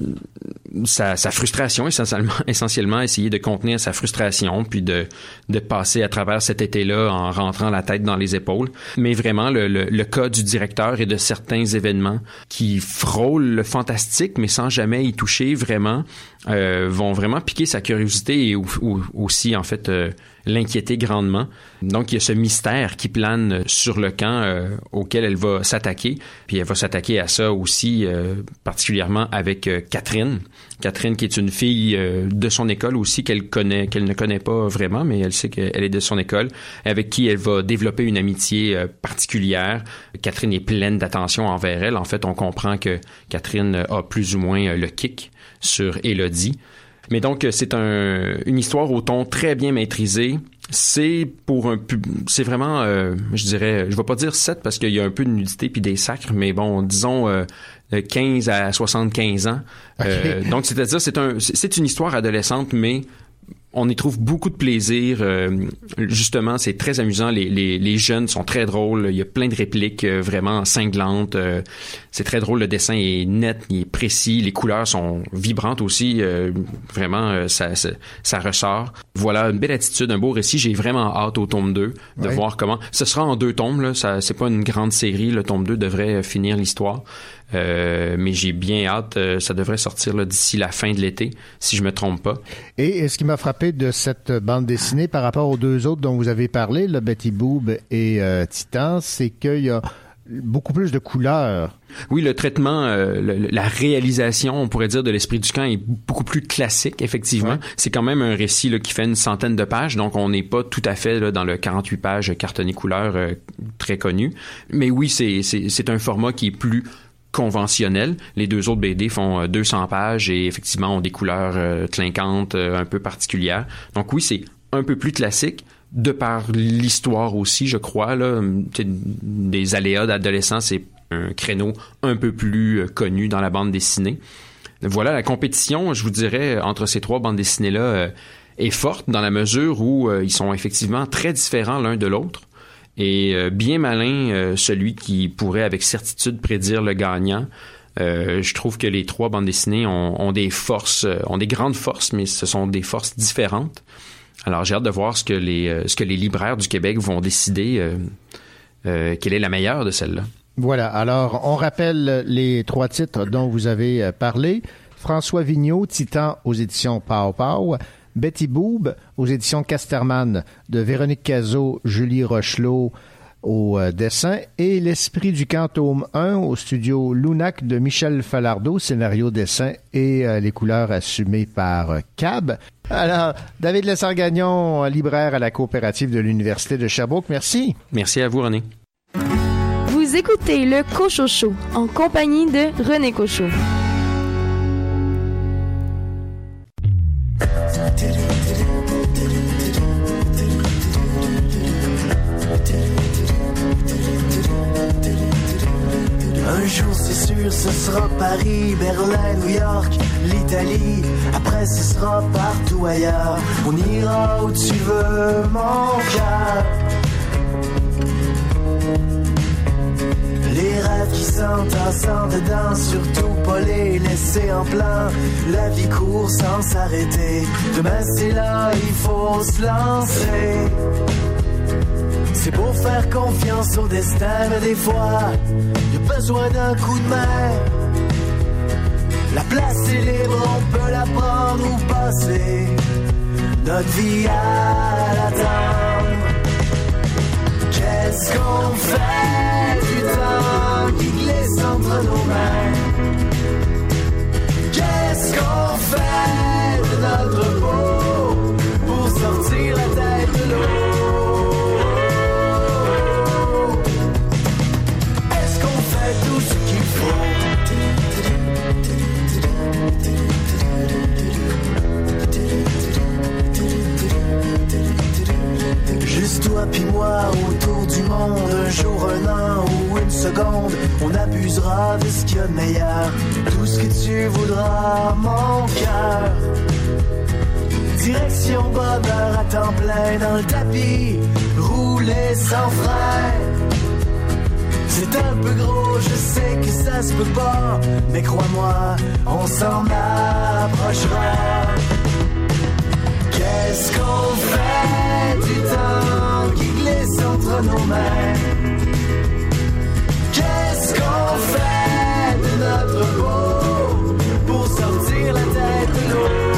sa frustration, essentiellement essayer de contenir sa frustration, puis de passer à travers cet été-là en rentrant la tête dans les épaules. Mais vraiment, le cas du directeur et de certains événements qui frôlent le fantastique, mais sans jamais y toucher vraiment, vont vraiment piquer sa curiosité et aussi, en fait, l'inquiéter grandement. Donc, il y a ce mystère qui plane sur le camp auquel elle va s'attaquer. Puis elle va s'attaquer à ça aussi, particulièrement avec Catherine. Catherine, qui est une fille de son école aussi, qu'elle ne connaît pas vraiment, mais elle sait qu'elle est de son école, avec qui elle va développer une amitié particulière. Catherine est pleine d'attention envers elle. En fait, on comprend que Catherine a plus ou moins le kick sur Élodie. Mais donc, c'est une histoire au ton très bien maîtrisé. C'est vraiment, je dirais, je vais pas dire 7 parce qu'il y a un peu de nudité puis des sacres, mais bon, disons 15 à 75 ans. Okay. Donc, c'est-à-dire, c'est une histoire adolescente, mais on y trouve beaucoup de plaisir. Justement, c'est très amusant. Les jeunes sont très drôles. Il y a plein de répliques vraiment cinglantes. C'est très drôle. Le dessin est net, il est précis. Les couleurs sont vibrantes aussi. Vraiment, ça ressort. Voilà, une belle attitude, un beau récit. J'ai vraiment hâte au tome 2 de voir comment... Ce sera en 2 tomes, là. C'est pas une grande série. Le tome 2 devrait finir l'histoire. Mais j'ai bien hâte. Ça devrait sortir là, d'ici la fin de l'été, si je me trompe pas. Et ce qui m'a frappé de cette bande dessinée par rapport aux 2 autres dont vous avez parlé, là, Betty Boop et Titan, c'est qu'il y a beaucoup plus de couleurs. Oui, le traitement, la réalisation, on pourrait dire, de l'esprit du camp est beaucoup plus classique, effectivement. Ouais. C'est quand même un récit là, qui fait une centaine de pages, donc on n'est pas tout à fait là, dans le 48 pages cartonné couleur très connu. Mais oui, c'est un format qui est plus conventionnel. Les 2 autres BD font 200 pages et effectivement ont des couleurs clinquantes, un peu particulières. Donc oui, c'est un peu plus classique, de par l'histoire aussi, je crois. Là, des aléas d'adolescents, c'est un créneau un peu plus connu dans la bande dessinée. Voilà, la compétition, je vous dirais, entre ces 3 bandes dessinées-là est forte dans la mesure où ils sont effectivement très différents l'un de l'autre. Et bien malin, celui qui pourrait avec certitude prédire le gagnant. Je trouve que les 3 bandes dessinées ont des forces, ont des grandes forces, mais ce sont des forces différentes. Alors j'ai hâte de voir ce que les libraires du Québec vont décider, quelle est la meilleure de celle-là. Voilà, alors on rappelle les 3 titres dont vous avez parlé. François Vigneault, Titan aux éditions Pow Pow. Betty Boop aux éditions Casterman de Véronique Cazot, Julie Rochelot au dessin et L'Esprit du camp tome 1 au studio Lunac de Michel Falardeau, scénario, dessin et les couleurs assumées par Cab. Alors, David Lessard-Gagnon, libraire à la coopérative de l'Université de Sherbrooke, merci. Merci à vous, René. Vous écoutez le Cochocho en compagnie de René Cochot. Un jour c'est sûr ce sera Paris, Berlin, New York, l'Italie. Après ce sera partout ailleurs. On ira où tu veux mon cœur. Les rêves qui s'entassent dedans, surtout pas les laisser en plan. La vie court sans s'arrêter. Demain c'est là, il faut se lancer. C'est pour faire confiance au destin, mais des fois, y'a besoin d'un coup de main. La place est libre, on peut la prendre ou passer notre vie à l'attendre. Qu'est-ce qu'on fait du temps qui glisse entre nos mains? Qu'est-ce qu'on fait de notre peau pour sortir la tête de l'eau? Tout ce qu'il faut. Juste toi puis moi autour du monde. Un jour, un an ou une seconde, on abusera de ce qu'il y a de meilleur. Tout ce que tu voudras, mon cœur. Direction bonheur à temps plein dans le tapis, rouler sans frein. C'est un peu gros, je sais que ça se peut pas, mais crois-moi, on s'en approchera. Qu'est-ce qu'on fait du temps qui glisse entre nos mains? Qu'est-ce qu'on fait de notre peau pour sortir la tête de l'eau?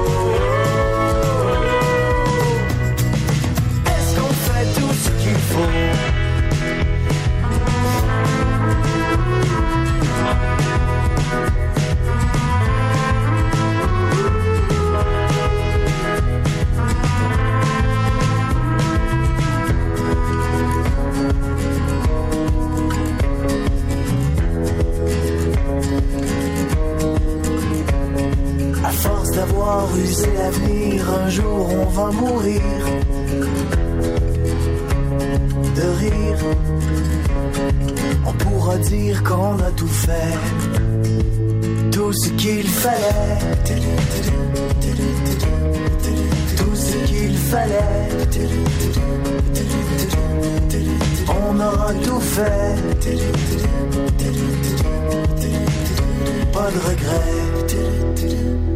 Est-ce qu'on fait tout ce qu'il faut? À force d'avoir usé l'avenir, un jour on va mourir de rire. On pourra dire qu'on a tout fait, tout ce qu'il fallait, tout ce qu'il fallait. On aura tout fait, pas de regrets.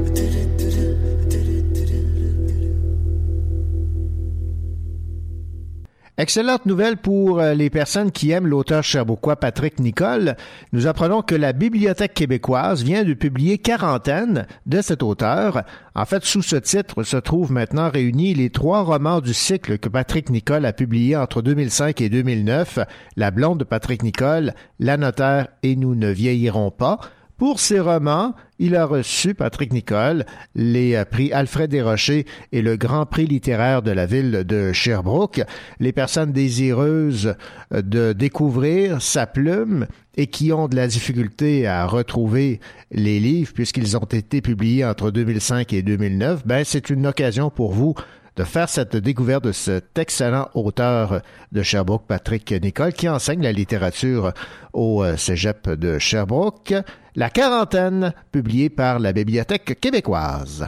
Excellente nouvelle pour les personnes qui aiment l'auteur sherbrookois Patrick Nicole. Nous apprenons que la Bibliothèque québécoise vient de publier Quarantaine de cet auteur. En fait, sous ce titre se trouvent maintenant réunis les 3 romans du cycle que Patrick Nicole a publié entre 2005 et 2009, La blonde de Patrick Nicole, La notaire et Nous ne vieillirons pas. Pour ces romans, il a reçu, Patrick Nicole, les prix Alfred Desrochers et le Grand Prix littéraire de la ville de Sherbrooke. Les personnes désireuses de découvrir sa plume et qui ont de la difficulté à retrouver les livres puisqu'ils ont été publiés entre 2005 et 2009, c'est une occasion pour vous de faire cette découverte de cet excellent auteur de Sherbrooke, Patrick Nicole, qui enseigne la littérature au cégep de Sherbrooke. La Quarantaine, publiée par la Bibliothèque québécoise.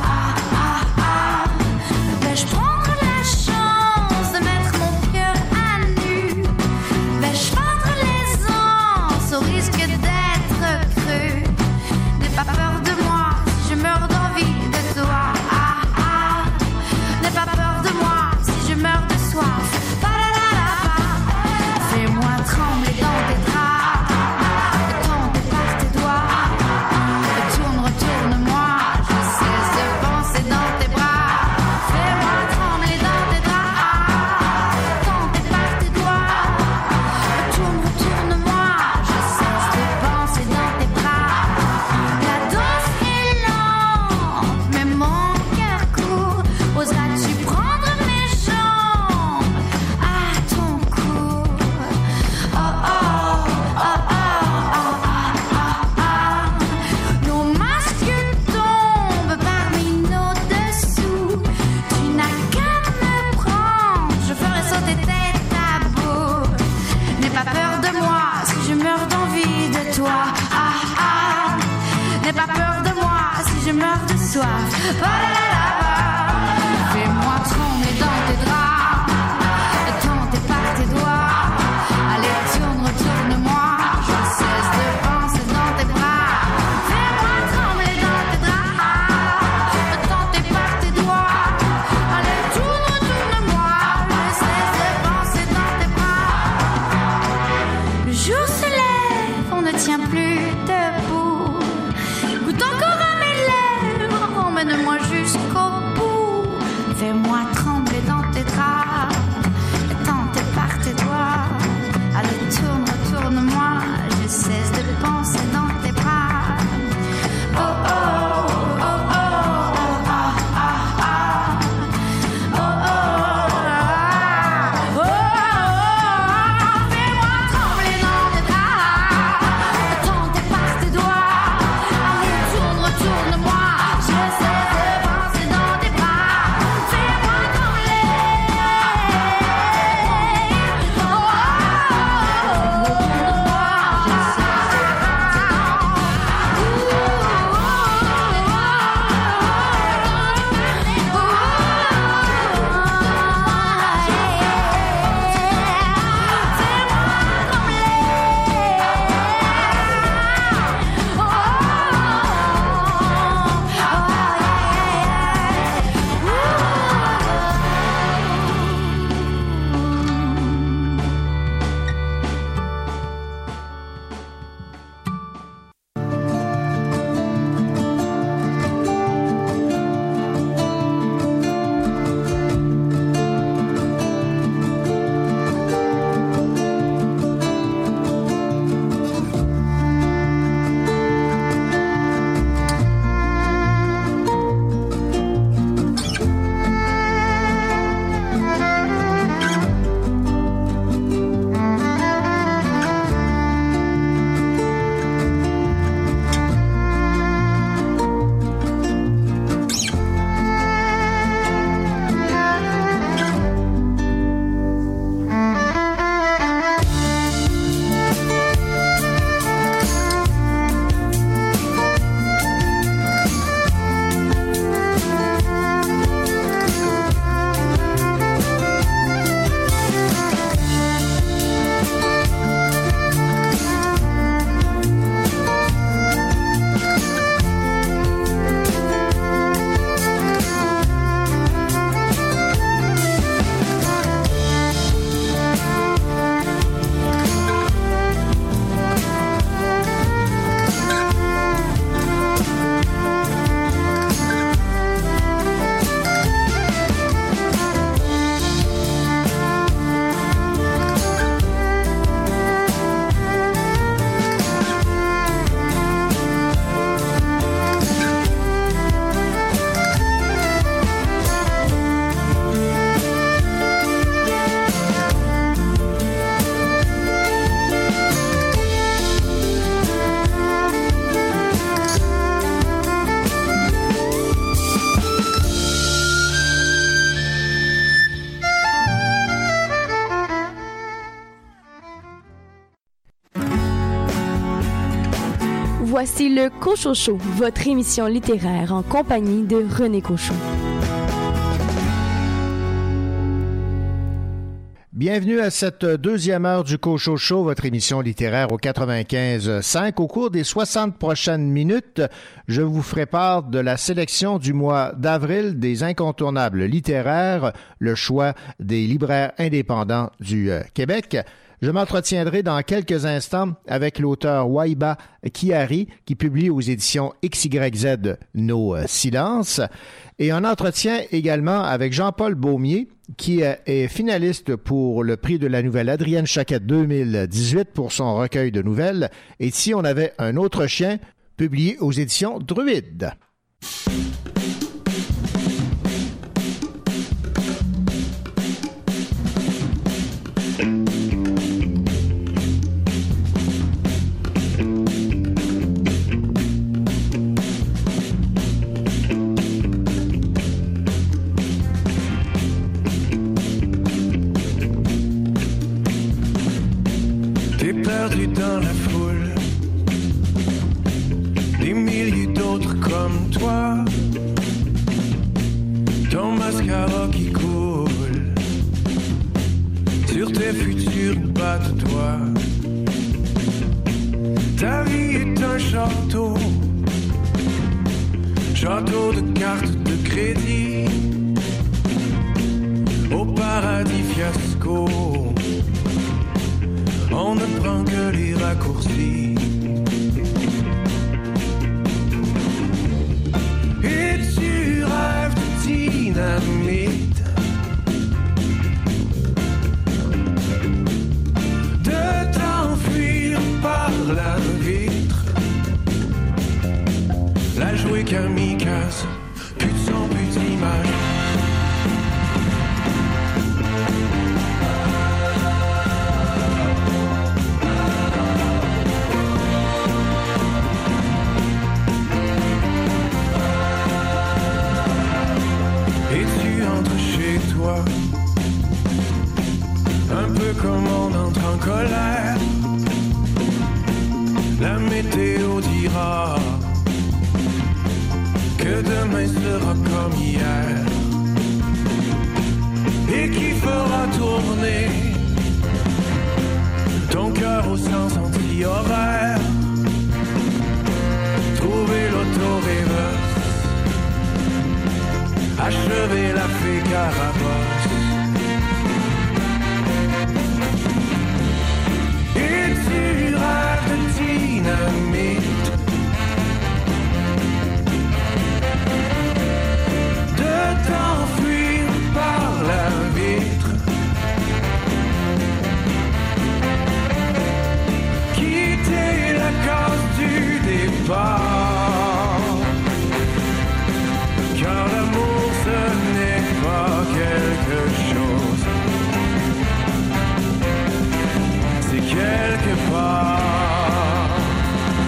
Je prends la chance de mettre mon cœur à Voici le Cochocho, votre émission littéraire en compagnie de René Cochot. Bienvenue à cette deuxième heure du Cochocho, votre émission littéraire au 95.5. Au cours des 60 prochaines minutes, je vous ferai part de la sélection du mois d'avril des incontournables littéraires, le choix des libraires indépendants du Québec. Je m'entretiendrai dans quelques instants avec l'auteur Waiba Kiari, qui publie aux éditions XYZ Nos Silences, et un entretien également avec Jean-Paul Beaumier, qui est finaliste pour le prix de la nouvelle Adrienne Chaquette 2018 pour son recueil de nouvelles, et Si on avait un autre chien, publié aux éditions Druide. Perdu dans la foule, des milliers d'autres comme toi, ton mascara qui coule sur tes futurs bas de toi. Ta vie est un château, château de cartes de crédit, au paradis fiasco. On ne prend que les raccourcis. Et tu rêves de dynamite, de t'enfuir par la vitre, la jouer kamikaze, plus de son, plus d'image. Un peu comme on entre en colère, la météo dira que demain sera comme hier, et qui fera tourner ton cœur au sens anti-horaire, trouver l'auto-reverse, achever la fée Carabosse. Et tu rêves de dynamite, de t'enfuir par la vitre, quitter la case du départ, car l'amour ce n'est pas quelque chose, c'est quelque part.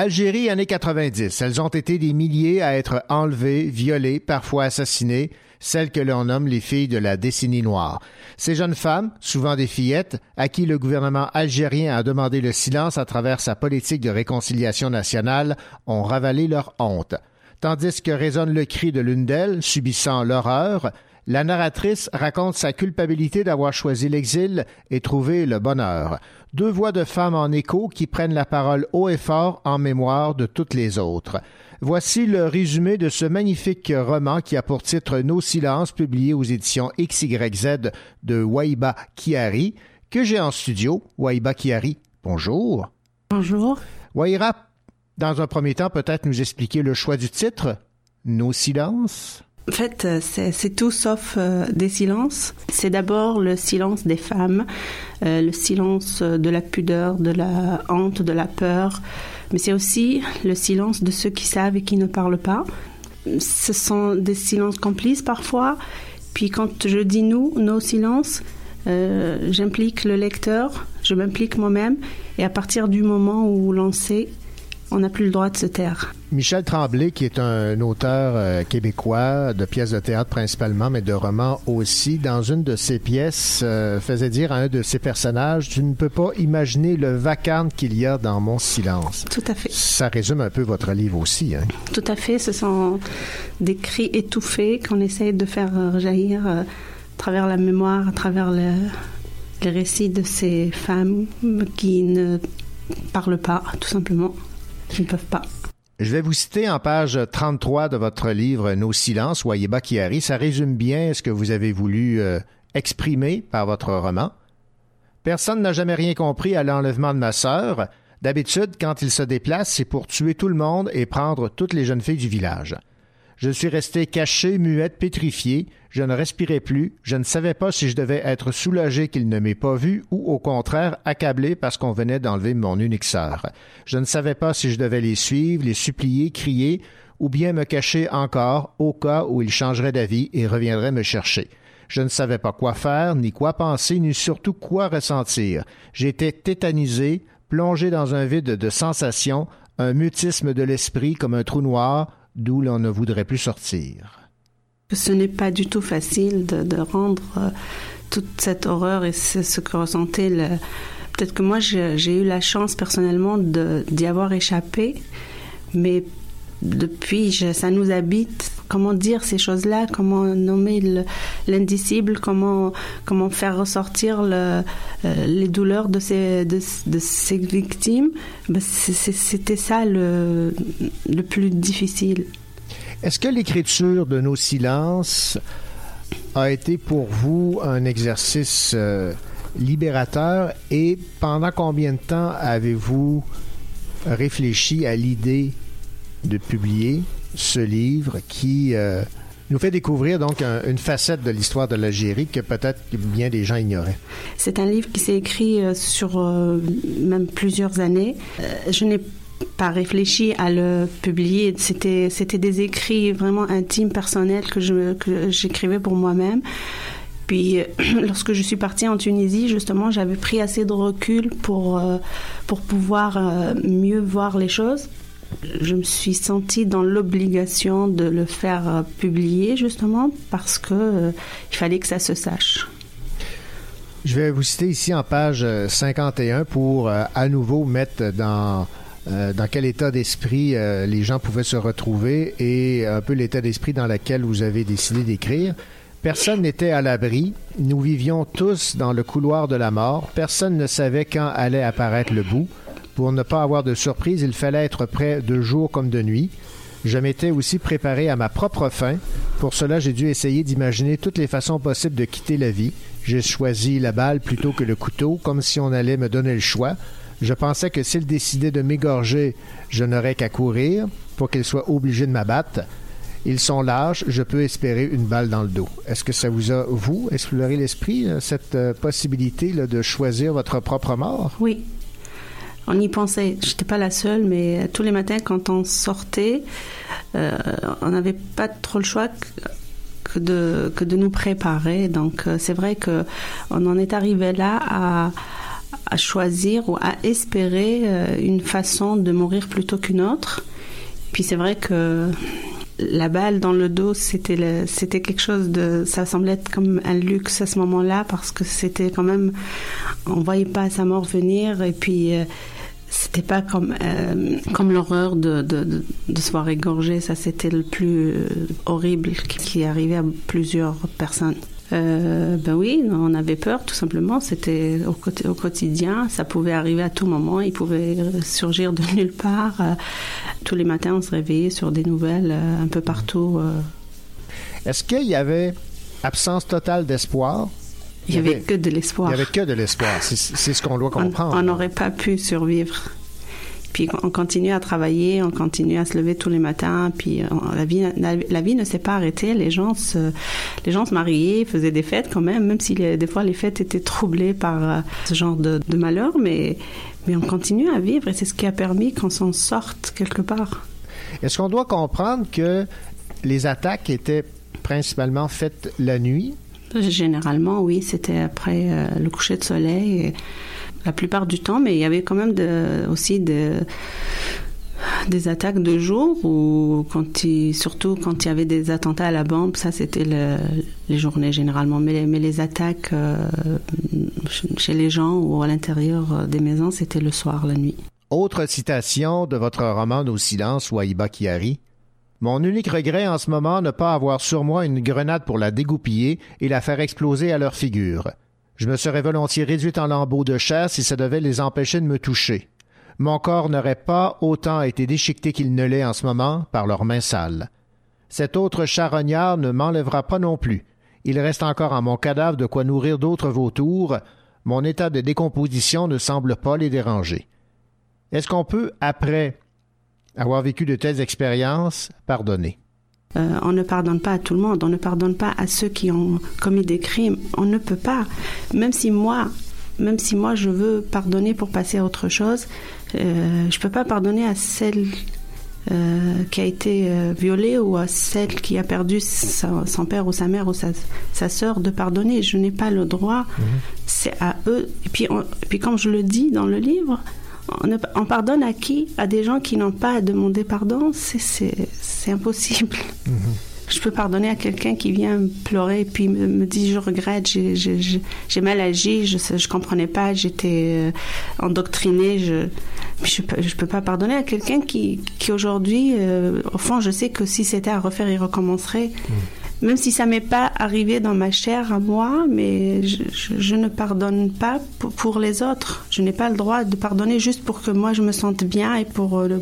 Algérie, années 90. Elles ont été des milliers à être enlevées, violées, parfois assassinées, celles que l'on nomme les filles de la décennie noire. Ces jeunes femmes, souvent des fillettes, à qui le gouvernement algérien a demandé le silence à travers sa politique de réconciliation nationale, ont ravalé leur honte. Tandis que résonne le cri de l'une d'elles, subissant l'horreur, la narratrice raconte sa culpabilité d'avoir choisi l'exil et trouvé le bonheur. Deux voix de femmes en écho qui prennent la parole haut et fort en mémoire de toutes les autres. Voici le résumé de ce magnifique roman qui a pour titre Nos silences, publié aux éditions XYZ de Wahiba Kiari, que j'ai en studio. Wahiba Kiari, bonjour. Bonjour. Wahiba, dans un premier temps, peut-être nous expliquer le choix du titre, Nos silences. En fait, c'est tout sauf des silences. C'est d'abord le silence des femmes, le silence de la pudeur, de la honte, de la peur. Mais c'est aussi le silence de ceux qui savent et qui ne parlent pas. Ce sont des silences complices parfois. Puis quand je dis nous, nos silences, j'implique le lecteur, je m'implique moi-même. Et à partir du moment où l'on sait, on n'a plus le droit de se taire. Michel Tremblay, qui est un auteur québécois de pièces de théâtre principalement, mais de romans aussi, dans une de ses pièces, faisait dire à un de ses personnages « Tu ne peux pas imaginer le vacarme qu'il y a dans mon silence ». Tout à fait. Ça résume un peu votre livre aussi, hein? Tout à fait. Ce sont des cris étouffés qu'on essaie de faire jaillir à travers la mémoire, à travers les récits de ces femmes qui ne parlent pas, tout simplement. Qui ne peuvent pas. Je vais vous citer en page 33 de votre livre « Nos silences », Wahiba Kiari. Ça résume bien ce que vous avez voulu exprimer par votre roman. « Personne n'a jamais rien compris à l'enlèvement de ma sœur. D'habitude, quand il se déplace, c'est pour tuer tout le monde et prendre toutes les jeunes filles du village. Je suis restée cachée, muette, pétrifiée. Je ne respirais plus. Je ne savais pas si je devais être soulagée qu'il ne m'ait pas vue ou, au contraire, accablée parce qu'on venait d'enlever mon unique sœur. Je ne savais pas si je devais les suivre, les supplier, crier, ou bien me cacher encore au cas où ils changeraient d'avis et reviendraient me chercher. Je ne savais pas quoi faire, ni quoi penser, ni surtout quoi ressentir. J'étais tétanisée, plongée dans un vide de sensations, un mutisme de l'esprit comme un trou noir, d'où l'on ne voudrait plus sortir. Ce n'est pas du tout facile de rendre toute cette horreur et ce que ressentait Peut-être que moi, j'ai eu la chance personnellement d'y avoir échappé, mais depuis, ça nous habite. Comment dire ces choses-là? Comment nommer l'indicible? Comment faire ressortir les douleurs de ces victimes? C'était ça le plus difficile. Est-ce que l'écriture de Nos silences a été pour vous un exercice libérateur et pendant combien de temps avez-vous réfléchi à l'idée de publier ce livre qui nous fait découvrir donc une facette de l'histoire de l'Algérie que peut-être bien des gens ignoraient? C'est un livre qui s'est écrit sur même plusieurs années. Je n'ai pas réfléchi à le publier. C'était des écrits vraiment intimes, personnels que j'écrivais pour moi-même. Puis, lorsque je suis partie en Tunisie, justement, j'avais pris assez de recul pour pouvoir mieux voir les choses. Je me suis sentie dans l'obligation de le faire publier, justement, parce que il fallait que ça se sache. Je vais vous citer ici en page 51 pour à nouveau mettre dans quel état d'esprit les gens pouvaient se retrouver et un peu l'état d'esprit dans lequel vous avez décidé d'écrire. Personne n'était à l'abri. Nous vivions tous dans le couloir de la mort. Personne ne savait quand allait apparaître le bout. Pour ne pas avoir de surprise, il fallait être prêt de jour comme de nuit. Je m'étais aussi préparé à ma propre fin. Pour cela, j'ai dû essayer d'imaginer toutes les façons possibles de quitter la vie. J'ai choisi la balle plutôt que le couteau, comme si on allait me donner le choix. Je pensais que s'il décidait de m'égorger, je n'aurais qu'à courir pour qu'il soit obligé de m'abattre. Ils sont lâches, je peux espérer une balle dans le dos. Est-ce que ça vous a, vous, exploré l'esprit, cette possibilité là, de choisir votre propre mort? Oui. On y pensait. Je n'étais pas la seule, mais tous les matins, quand on sortait, on n'avait pas trop le choix que de nous préparer. Donc, c'est vrai qu'on en est arrivé là à choisir ou à espérer une façon de mourir plutôt qu'une autre. Puis c'est vrai que la balle dans le dos, c'était quelque chose ça semblait être comme un luxe à ce moment-là, parce que c'était quand même, on voyait pas sa mort venir, et puis c'était pas comme l'horreur de se voir égorger. Ça, c'était le plus horrible qui arrivait à plusieurs personnes. Ben oui, on avait peur, tout simplement. C'était au quotidien. Ça pouvait arriver à tout moment. Il pouvait surgir de nulle part. Tous les matins, on se réveillait sur des nouvelles un peu partout. Est-ce qu'il y avait absence totale d'espoir? Il y avait que de l'espoir. Il y avait que de l'espoir. C'est ce qu'on doit comprendre. On n'aurait pas pu survivre. Puis on continuait à travailler, on continuait à se lever tous les matins. Puis la vie ne s'est pas arrêtée. Les gens se mariaient, faisaient des fêtes quand même si des fois les fêtes étaient troublées par ce genre de malheur. Mais on continuait à vivre, et c'est ce qui a permis qu'on s'en sorte quelque part. Est-ce qu'on doit comprendre que les attaques étaient principalement faites la nuit? Généralement, oui. C'était après le coucher de soleil. La plupart du temps, mais il y avait quand même aussi des attaques de jour, ou surtout quand il y avait des attentats à la bombe. Ça, c'était les journées généralement, mais les attaques chez les gens ou à l'intérieur des maisons, c'était le soir, la nuit. Autre citation de votre roman Nos silences, Wahibah Kiari. « Mon unique regret en ce moment, ne pas avoir sur moi une grenade pour la dégoupiller et la faire exploser à leur figure. Je me serais volontiers réduite en lambeaux de chair si ça devait les empêcher de me toucher. Mon corps n'aurait pas autant été déchiqueté qu'il ne l'est en ce moment par leurs mains sales. Cet autre charognard ne m'enlèvera pas non plus. Il reste encore en mon cadavre de quoi nourrir d'autres vautours. Mon état de décomposition ne semble pas les déranger. » Est-ce qu'on peut, après avoir vécu de telles expériences, pardonner? On ne pardonne pas à tout le monde, on ne pardonne pas à ceux qui ont commis des crimes. On ne peut pas. Même si moi je veux pardonner pour passer à autre chose, je peux pas pardonner à celle qui a été violée, ou à celle qui a perdu son père ou sa mère ou sa sœur, de pardonner. Je n'ai pas le droit. C'est à eux. Et puis comme je le dis dans le livre, on pardonne à qui? À des gens qui n'ont pas à demander pardon? C'est impossible. Je peux pardonner à quelqu'un qui vient pleurer et puis me dit je regrette, j'ai mal agi, je comprenais pas, j'étais endoctrinée. Je peux pas pardonner à quelqu'un qui aujourd'hui, au fond, je sais que si c'était à refaire, il recommencerait. Même si ça m'est pas arrivé dans ma chair à moi, mais je ne pardonne pas pour les autres. Je n'ai pas le droit de pardonner juste pour que moi je me sente bien, et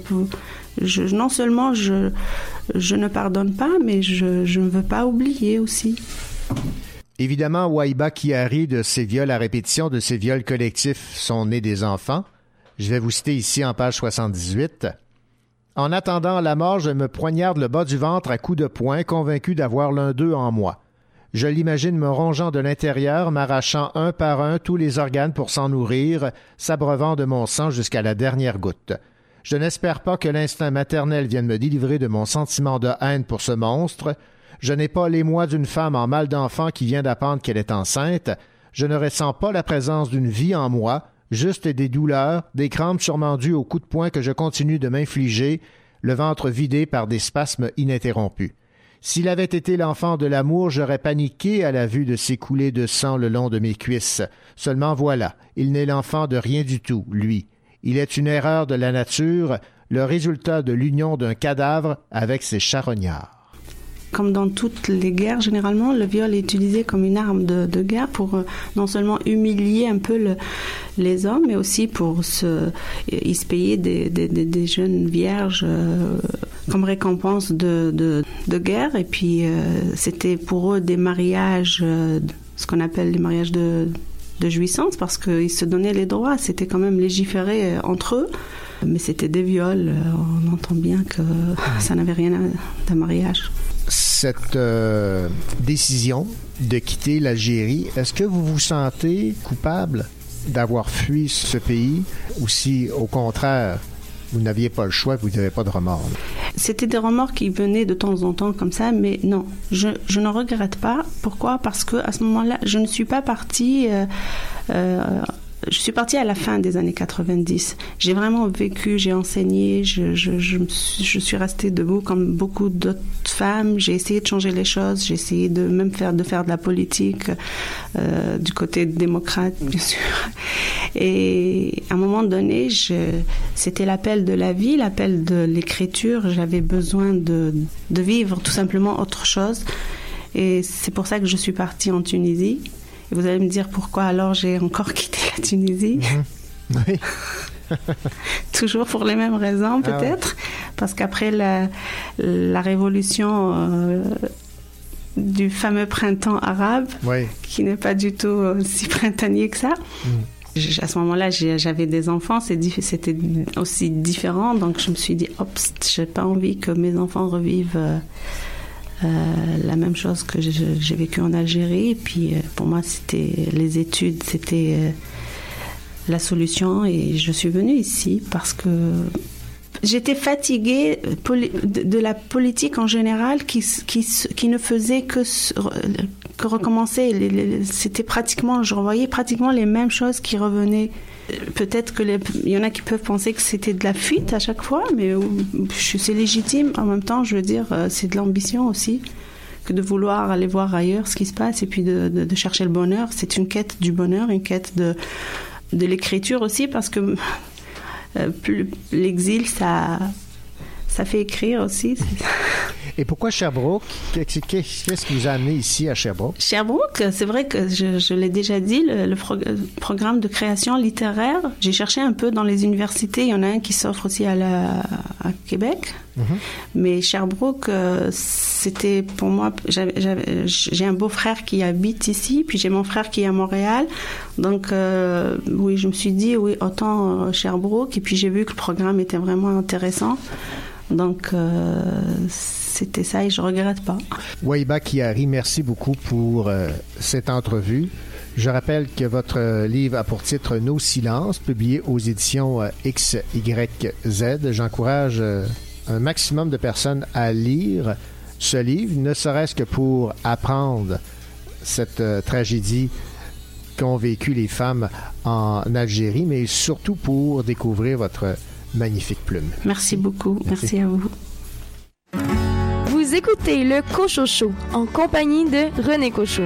non seulement je ne pardonne pas, mais je ne veux pas oublier aussi. Évidemment, Wahibah Kiari, de ces viols à répétition, de ces viols collectifs, sont nés des enfants. Je vais vous citer ici en page 78. En attendant la mort, je me poignarde le bas du ventre à coups de poing, convaincu d'avoir l'un d'eux en moi. Je l'imagine me rongeant de l'intérieur, m'arrachant un par un tous les organes pour s'en nourrir, s'abreuvant de mon sang jusqu'à la dernière goutte. Je n'espère pas que l'instinct maternel vienne me délivrer de mon sentiment de haine pour ce monstre. Je n'ai pas l'émoi d'une femme en mal d'enfant qui vient d'apprendre qu'elle est enceinte. Je ne ressens pas la présence d'une vie en moi, juste des douleurs, des crampes sûrement dues aux coups de poing que je continue de m'infliger, le ventre vidé par des spasmes ininterrompus. S'il avait été l'enfant de l'amour, j'aurais paniqué à la vue de ces coulées de sang le long de mes cuisses. Seulement voilà, il n'est l'enfant de rien du tout, lui. Il est une erreur de la nature, le résultat de l'union d'un cadavre avec ses charognards. Comme dans toutes les guerres, généralement, le viol est utilisé comme une arme de guerre pour non seulement humilier un peu les hommes, mais aussi pour ils se payer des jeunes vierges comme récompense de guerre. Et puis, c'était pour eux des mariages, ce qu'on appelle les mariages de jouissance, parce qu'ils se donnaient les droits. C'était quand même légiféré entre eux. Mais c'était des viols. On entend bien que ça n'avait rien d'un mariage. Cette décision de quitter l'Algérie, est-ce que vous vous sentez coupable d'avoir fui ce pays, ou si, au contraire, vous n'aviez pas le choix, vous n'avez pas de remords? C'était des remords qui venaient de temps en temps comme ça, mais non, je ne regrette pas. Pourquoi? Parce que à ce moment-là, je ne suis pas partie je suis partie à la fin des années 90. J'ai vraiment vécu, j'ai enseigné, je suis restée debout comme beaucoup d'autres femmes. J'ai essayé de changer les choses, j'ai essayé de même faire de la politique du côté démocrate, bien sûr. Et à un moment donné, c'était l'appel de la vie, l'appel de l'écriture. J'avais besoin de vivre tout simplement autre chose. Et c'est pour ça que je suis partie en Tunisie. Et vous allez me dire pourquoi alors j'ai encore quitté la Tunisie. Oui. Toujours pour les mêmes raisons, peut-être. Parce qu'après la révolution du fameux printemps arabe, qui n'est pas du tout aussi printanier que ça. À ce moment-là, j'avais des enfants, c'était aussi différent, donc je me suis dit, j'ai pas envie que mes enfants revivent la même chose que j'ai vécu en Algérie. Et puis pour moi, les études, c'était la solution, et je suis venue ici parce que j'étais fatiguée de la politique en général qui ne faisait que recommencer. C'était pratiquement, je revoyais pratiquement les mêmes choses qui revenaient. Peut-être il y en a qui peuvent penser que c'était de la fuite à chaque fois, mais c'est légitime. En même temps, je veux dire, c'est de l'ambition aussi, que de vouloir aller voir ailleurs ce qui se passe et puis de chercher le bonheur. C'est une quête du bonheur, une quête de l'écriture aussi, parce que l'exil, ça fait écrire aussi. Et pourquoi Sherbrooke? Qu'est-ce qui vous a amené ici à Sherbrooke? Sherbrooke, c'est vrai que je l'ai déjà dit, le programme de création littéraire, j'ai cherché un peu dans les universités. Il y en a un qui s'offre aussi à Québec. Mais Sherbrooke, c'était pour moi... J'ai un beau-frère qui habite ici, puis j'ai mon frère qui est à Montréal. Donc, oui, je me suis dit, oui, autant Sherbrooke. Et puis j'ai vu que le programme était vraiment intéressant. Donc, c'était ça et je regrette pas. Wahiba Kiari, merci beaucoup pour cette entrevue. Je rappelle que votre livre a pour titre « Nos silences », publié aux éditions XYZ. J'encourage un maximum de personnes à lire ce livre, ne serait-ce que pour apprendre cette tragédie qu'ont vécu les femmes en Algérie, mais surtout pour découvrir votre magnifique plume. Merci beaucoup. Merci à vous. Vous écoutez le Cocho Show en compagnie de René Cocho.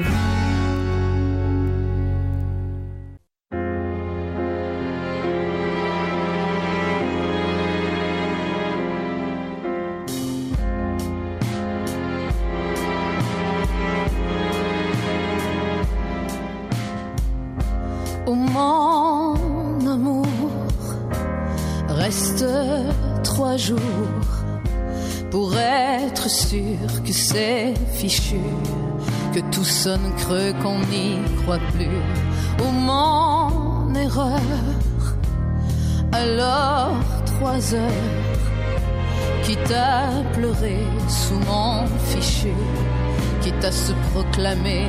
Oh mon amour, reste 3 jours pour être sûr que c'est fichu, que tout sonne creux, qu'on n'y croit plus. Oh mon erreur, alors 3 heures, quitte à pleurer sous mon fichu, quitte à se proclamer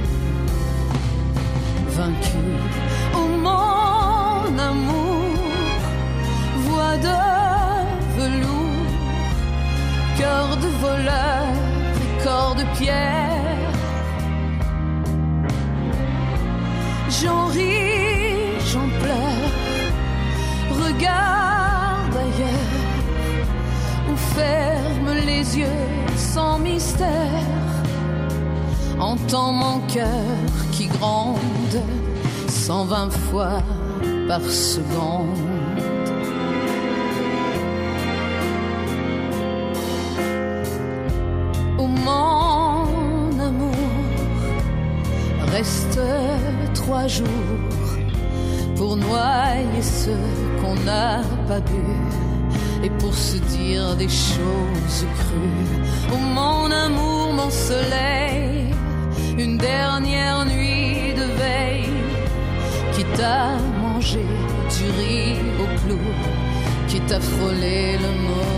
vaincu. Oh mon amour, voix de velours, cœur de voleur et corps de pierre. J'en ris, j'en pleure, regarde ailleurs, ou ferme les yeux sans mystère. Entends mon cœur qui gronde 120 fois par seconde. Oh mon amour, reste 3 jours pour noyer ce qu'on n'a pas bu et pour se dire des choses crues. Oh mon amour, mon soleil, une dernière nuit de veille, quitte à manger du riz au clou, quitte à frôler le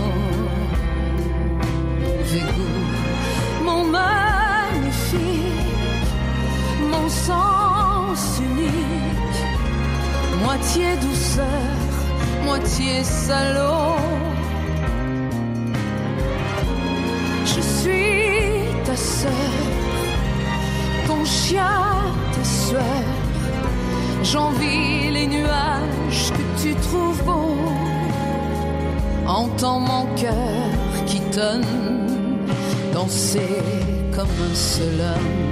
mauvais goût. Mon magnifique, mon sens unique, moitié douceur, moitié salaud. Je suis ta sœur, ton chien, ta sueur, J'envie les nuages que tu trouves beaux. Entends mon cœur qui tonne danser comme un seul homme.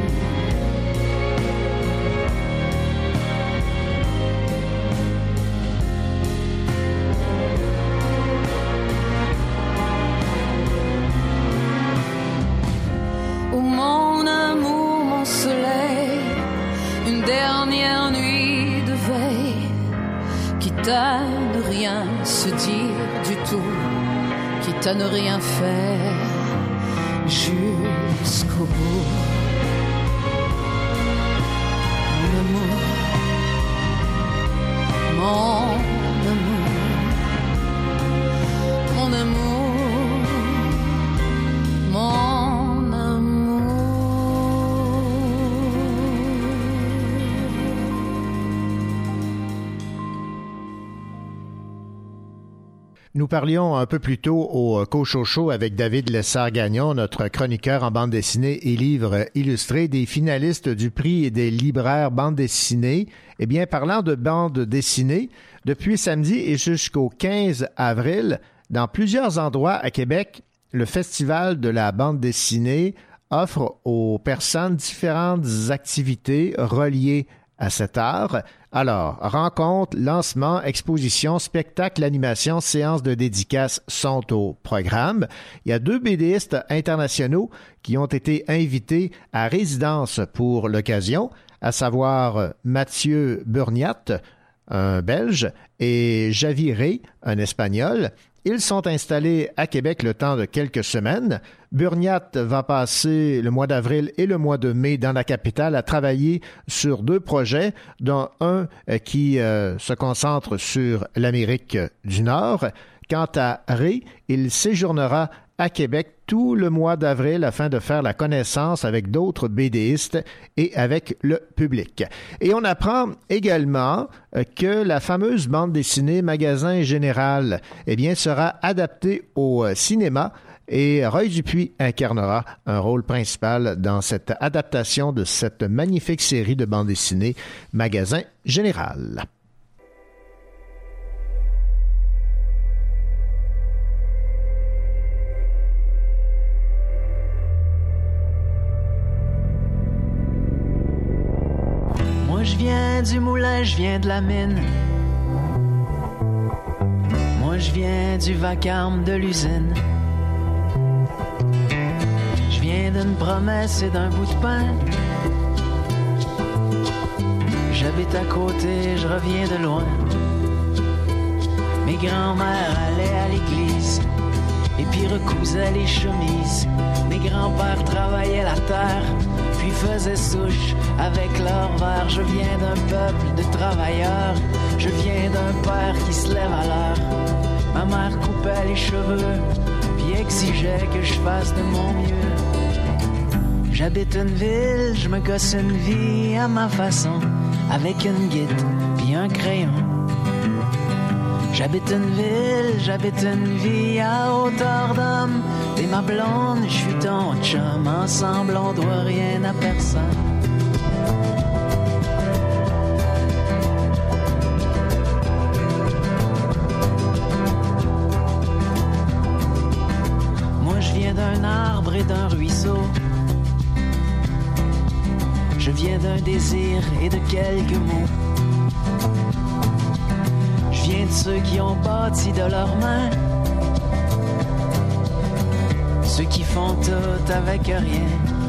Oh mon amour, mon soleil, une dernière nuit de veille, quitte à ne rien se dire du tout, quitte à ne rien faire jusqu'au bout. Mon amour, mon amour, mon amour, mon amour. Nous parlions un peu plus tôt au Cochocho avec David Lessard-Gagnon, notre chroniqueur en bande dessinée et livres illustrés, des finalistes du prix des libraires bande dessinée. Eh bien, parlant de bande dessinée, depuis samedi et jusqu'au 15 avril, dans plusieurs endroits à Québec, le Festival de la bande dessinée offre aux personnes différentes activités reliées à cet art. Alors, rencontres, lancements, expositions, spectacles, animations, séances de dédicaces sont au programme. Il y a 2 BDistes internationaux qui ont été invités à résidence pour l'occasion, à savoir Mathieu Burniat, un Belge, et Javi Rey, un Espagnol. Ils sont installés à Québec le temps de quelques semaines. Burniat va passer le mois d'avril et le mois de mai dans la capitale à travailler sur 2 projets, dont un qui se concentre sur l'Amérique du Nord. Quant à Ray, il séjournera à Québec tout le mois d'avril afin de faire la connaissance avec d'autres BDistes et avec le public. Et on apprend également que la fameuse bande dessinée Magasin Général, eh bien, sera adaptée au cinéma et Roy Dupuis incarnera un rôle principal dans cette adaptation de cette magnifique série de bande dessinée Magasin Général. Moi je viens du moulin, je viens de la mine. Moi je viens du vacarme de l'usine. Je viens d'une promesse et d'un bout de pain. J'habite à côté, je reviens de loin. Mes grands-mères allaient à l'église et puis recousaient les chemises. Mes grands-pères travaillaient la terre puis faisaient souche avec leur verre. Je viens d'un peuple de travailleurs. Je viens d'un père qui se lève à l'heure. Ma mère coupait les cheveux puis exigeait que je fasse de mon mieux. J'habite une ville, je me gosse une vie à ma façon, avec une guide puis un crayon. J'habite une ville, j'habite une vie à hauteur d'homme. T'es ma blonde, je suis ton chum. Ensemble on doit rien à personne. Moi je viens d'un arbre et d'un ruisseau. Je viens d'un désir et de quelques mots. Je viens de ceux qui ont bâti de leurs mains, ceux qui font tout avec rien.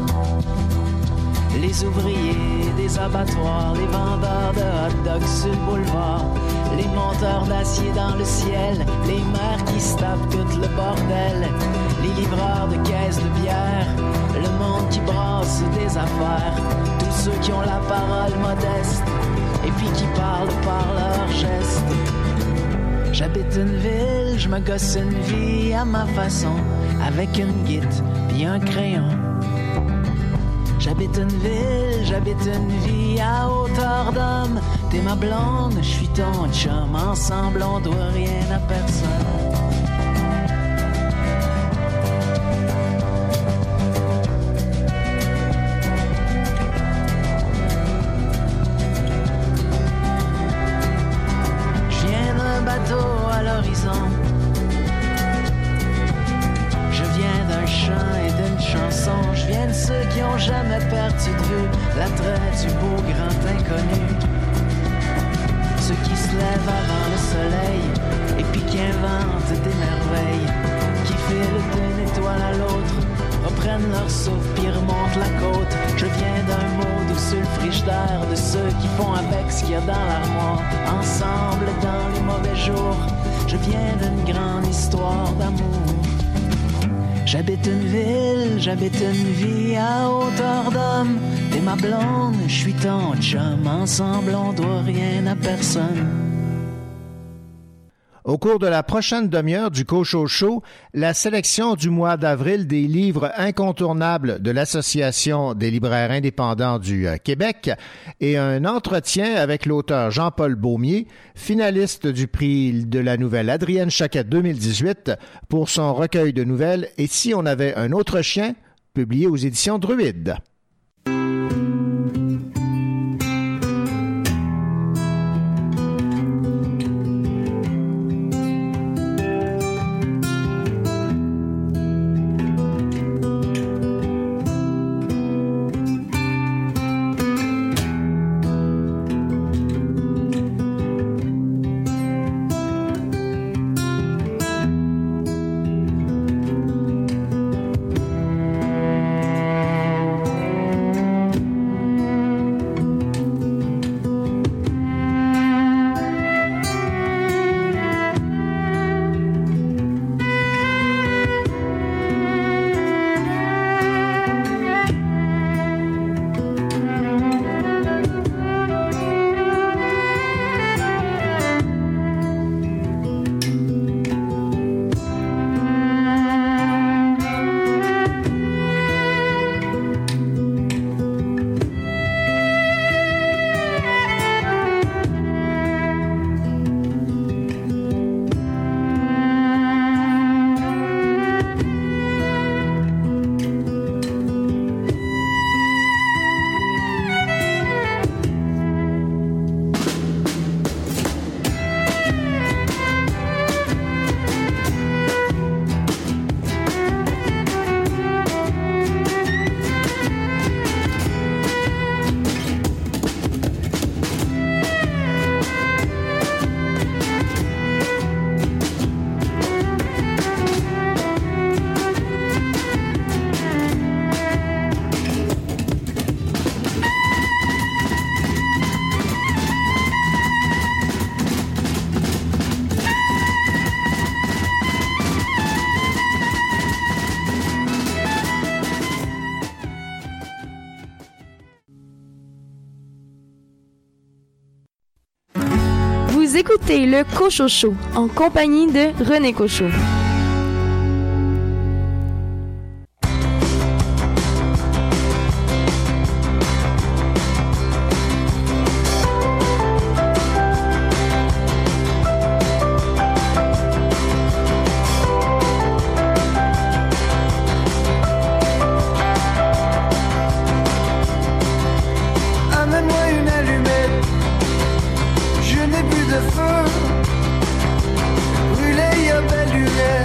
Les ouvriers des abattoirs, les vendeurs de hot dogs sur le boulevard, les monteurs d'acier dans le ciel, les mères qui se tapent tout le bordel, les livreurs de caisses de bière, le monde qui brasse des affaires, tous ceux qui ont la parole modeste et puis qui parlent par leurs gestes. J'habite une ville, je me gosse une vie à ma façon, avec une guide puis un crayon. J'habite une ville, j'habite une vie à hauteur d'homme. T'es ma blonde, je suis ton chum. Ensemble on doit rien à personne. n'ont jamais perdu de vue l'attrait du beau grand inconnu. Ceux qui se lèvent avant le soleil et puis qui inventent des merveilles, qui filent d'une étoile à l'autre, reprennent leur souffle puis remontent la côte. Je viens d'un mot doux sur le frigidaire de ceux qui font avec ce qu'il y a dans l'armoire. Ensemble dans les mauvais jours, je viens d'une grande histoire d'amour. J'habite une ville, j'habite une vie à hauteur d'homme. T'es ma blonde, je suis ton chum. Ensemble on doit rien à personne. Au cours de la prochaine demi-heure du Cochon Show, la sélection du mois d'avril des livres incontournables de l'Association des libraires indépendants du Québec et un entretien avec l'auteur Jean-Paul Beaumier, finaliste du prix de la nouvelle Adrienne Choquette 2018 pour son recueil de nouvelles « Et si on avait un autre chien » publié aux éditions Druide. Vous écoutez le Cochon Show en compagnie de René Cochon. Brûlé, y'a belle lurette.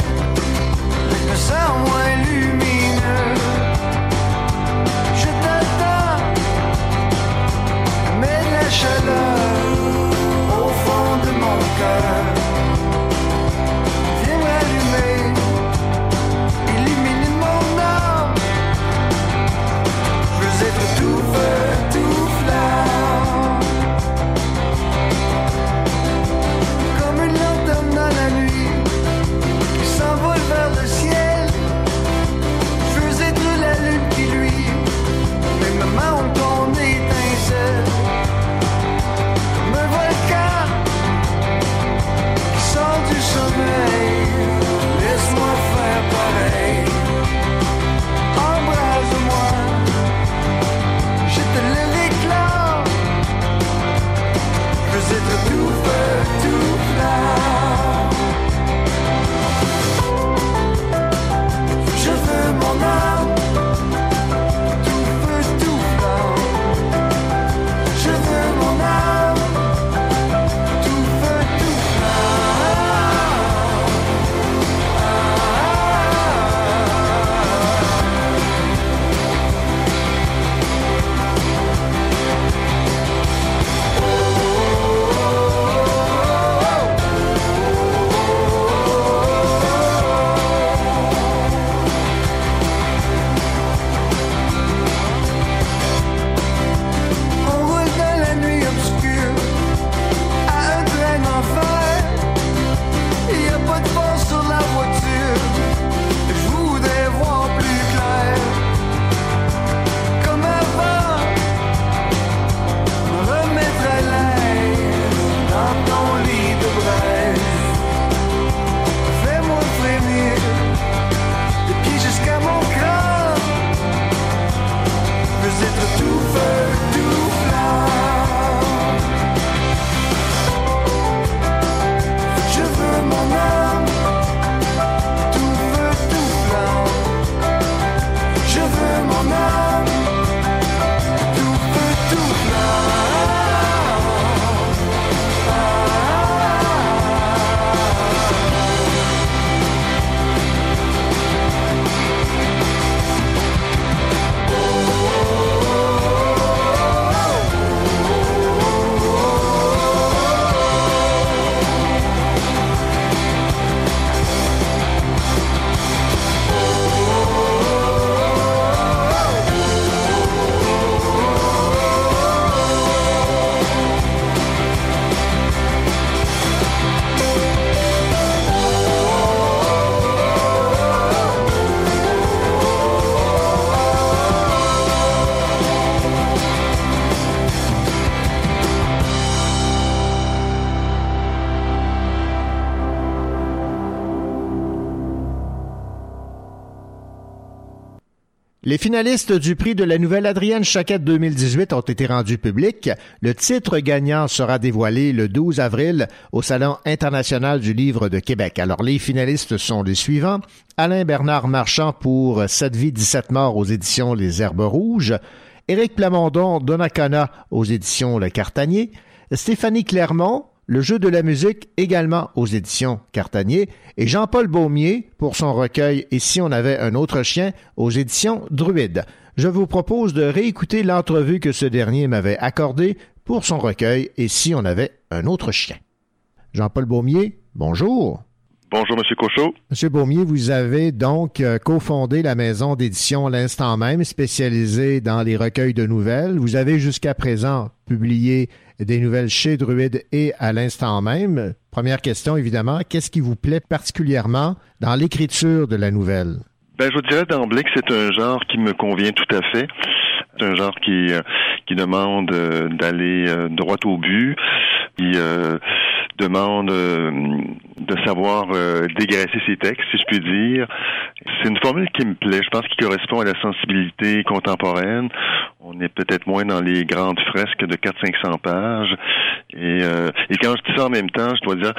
Les finalistes du prix de la Nouvelle Adrienne Choquette 2018 ont été rendus publics. Le titre gagnant sera dévoilé le 12 avril au Salon international du livre de Québec. Alors, les finalistes sont les suivants. Alain Bernard Marchand pour 7 vies, 17 morts aux éditions Les Herbes Rouges. Éric Plamondon, Donnacona aux éditions Le Cartanier. Stéphanie Clermont, Le jeu de la musique, également aux éditions Cartanier, et Jean-Paul Beaumier pour son recueil « Et si on avait un autre chien » aux éditions Druide. Je vous propose de réécouter l'entrevue que ce dernier m'avait accordée pour son recueil « Et si on avait un autre chien ». Jean-Paul Beaumier, bonjour. Bonjour, M. Cochot. M. Beaumier, vous avez donc cofondé la maison d'édition L'Instant même, spécialisée dans les recueils de nouvelles. Vous avez jusqu'à présent publié des nouvelles chez Druide et à L'Instant même. Première question, évidemment, qu'est-ce qui vous plaît particulièrement dans l'écriture de la nouvelle? Ben, je vous dirais d'emblée que c'est un genre qui me convient tout à fait. C'est un genre qui demande d'aller droit au but, qui demande de savoir dégraisser ses textes, si je puis dire. C'est une formule qui me plaît. Je pense qu'il correspond à la sensibilité contemporaine. On est peut-être moins dans les grandes fresques de 400-500 pages. Et quand je dis ça en même temps, je dois dire,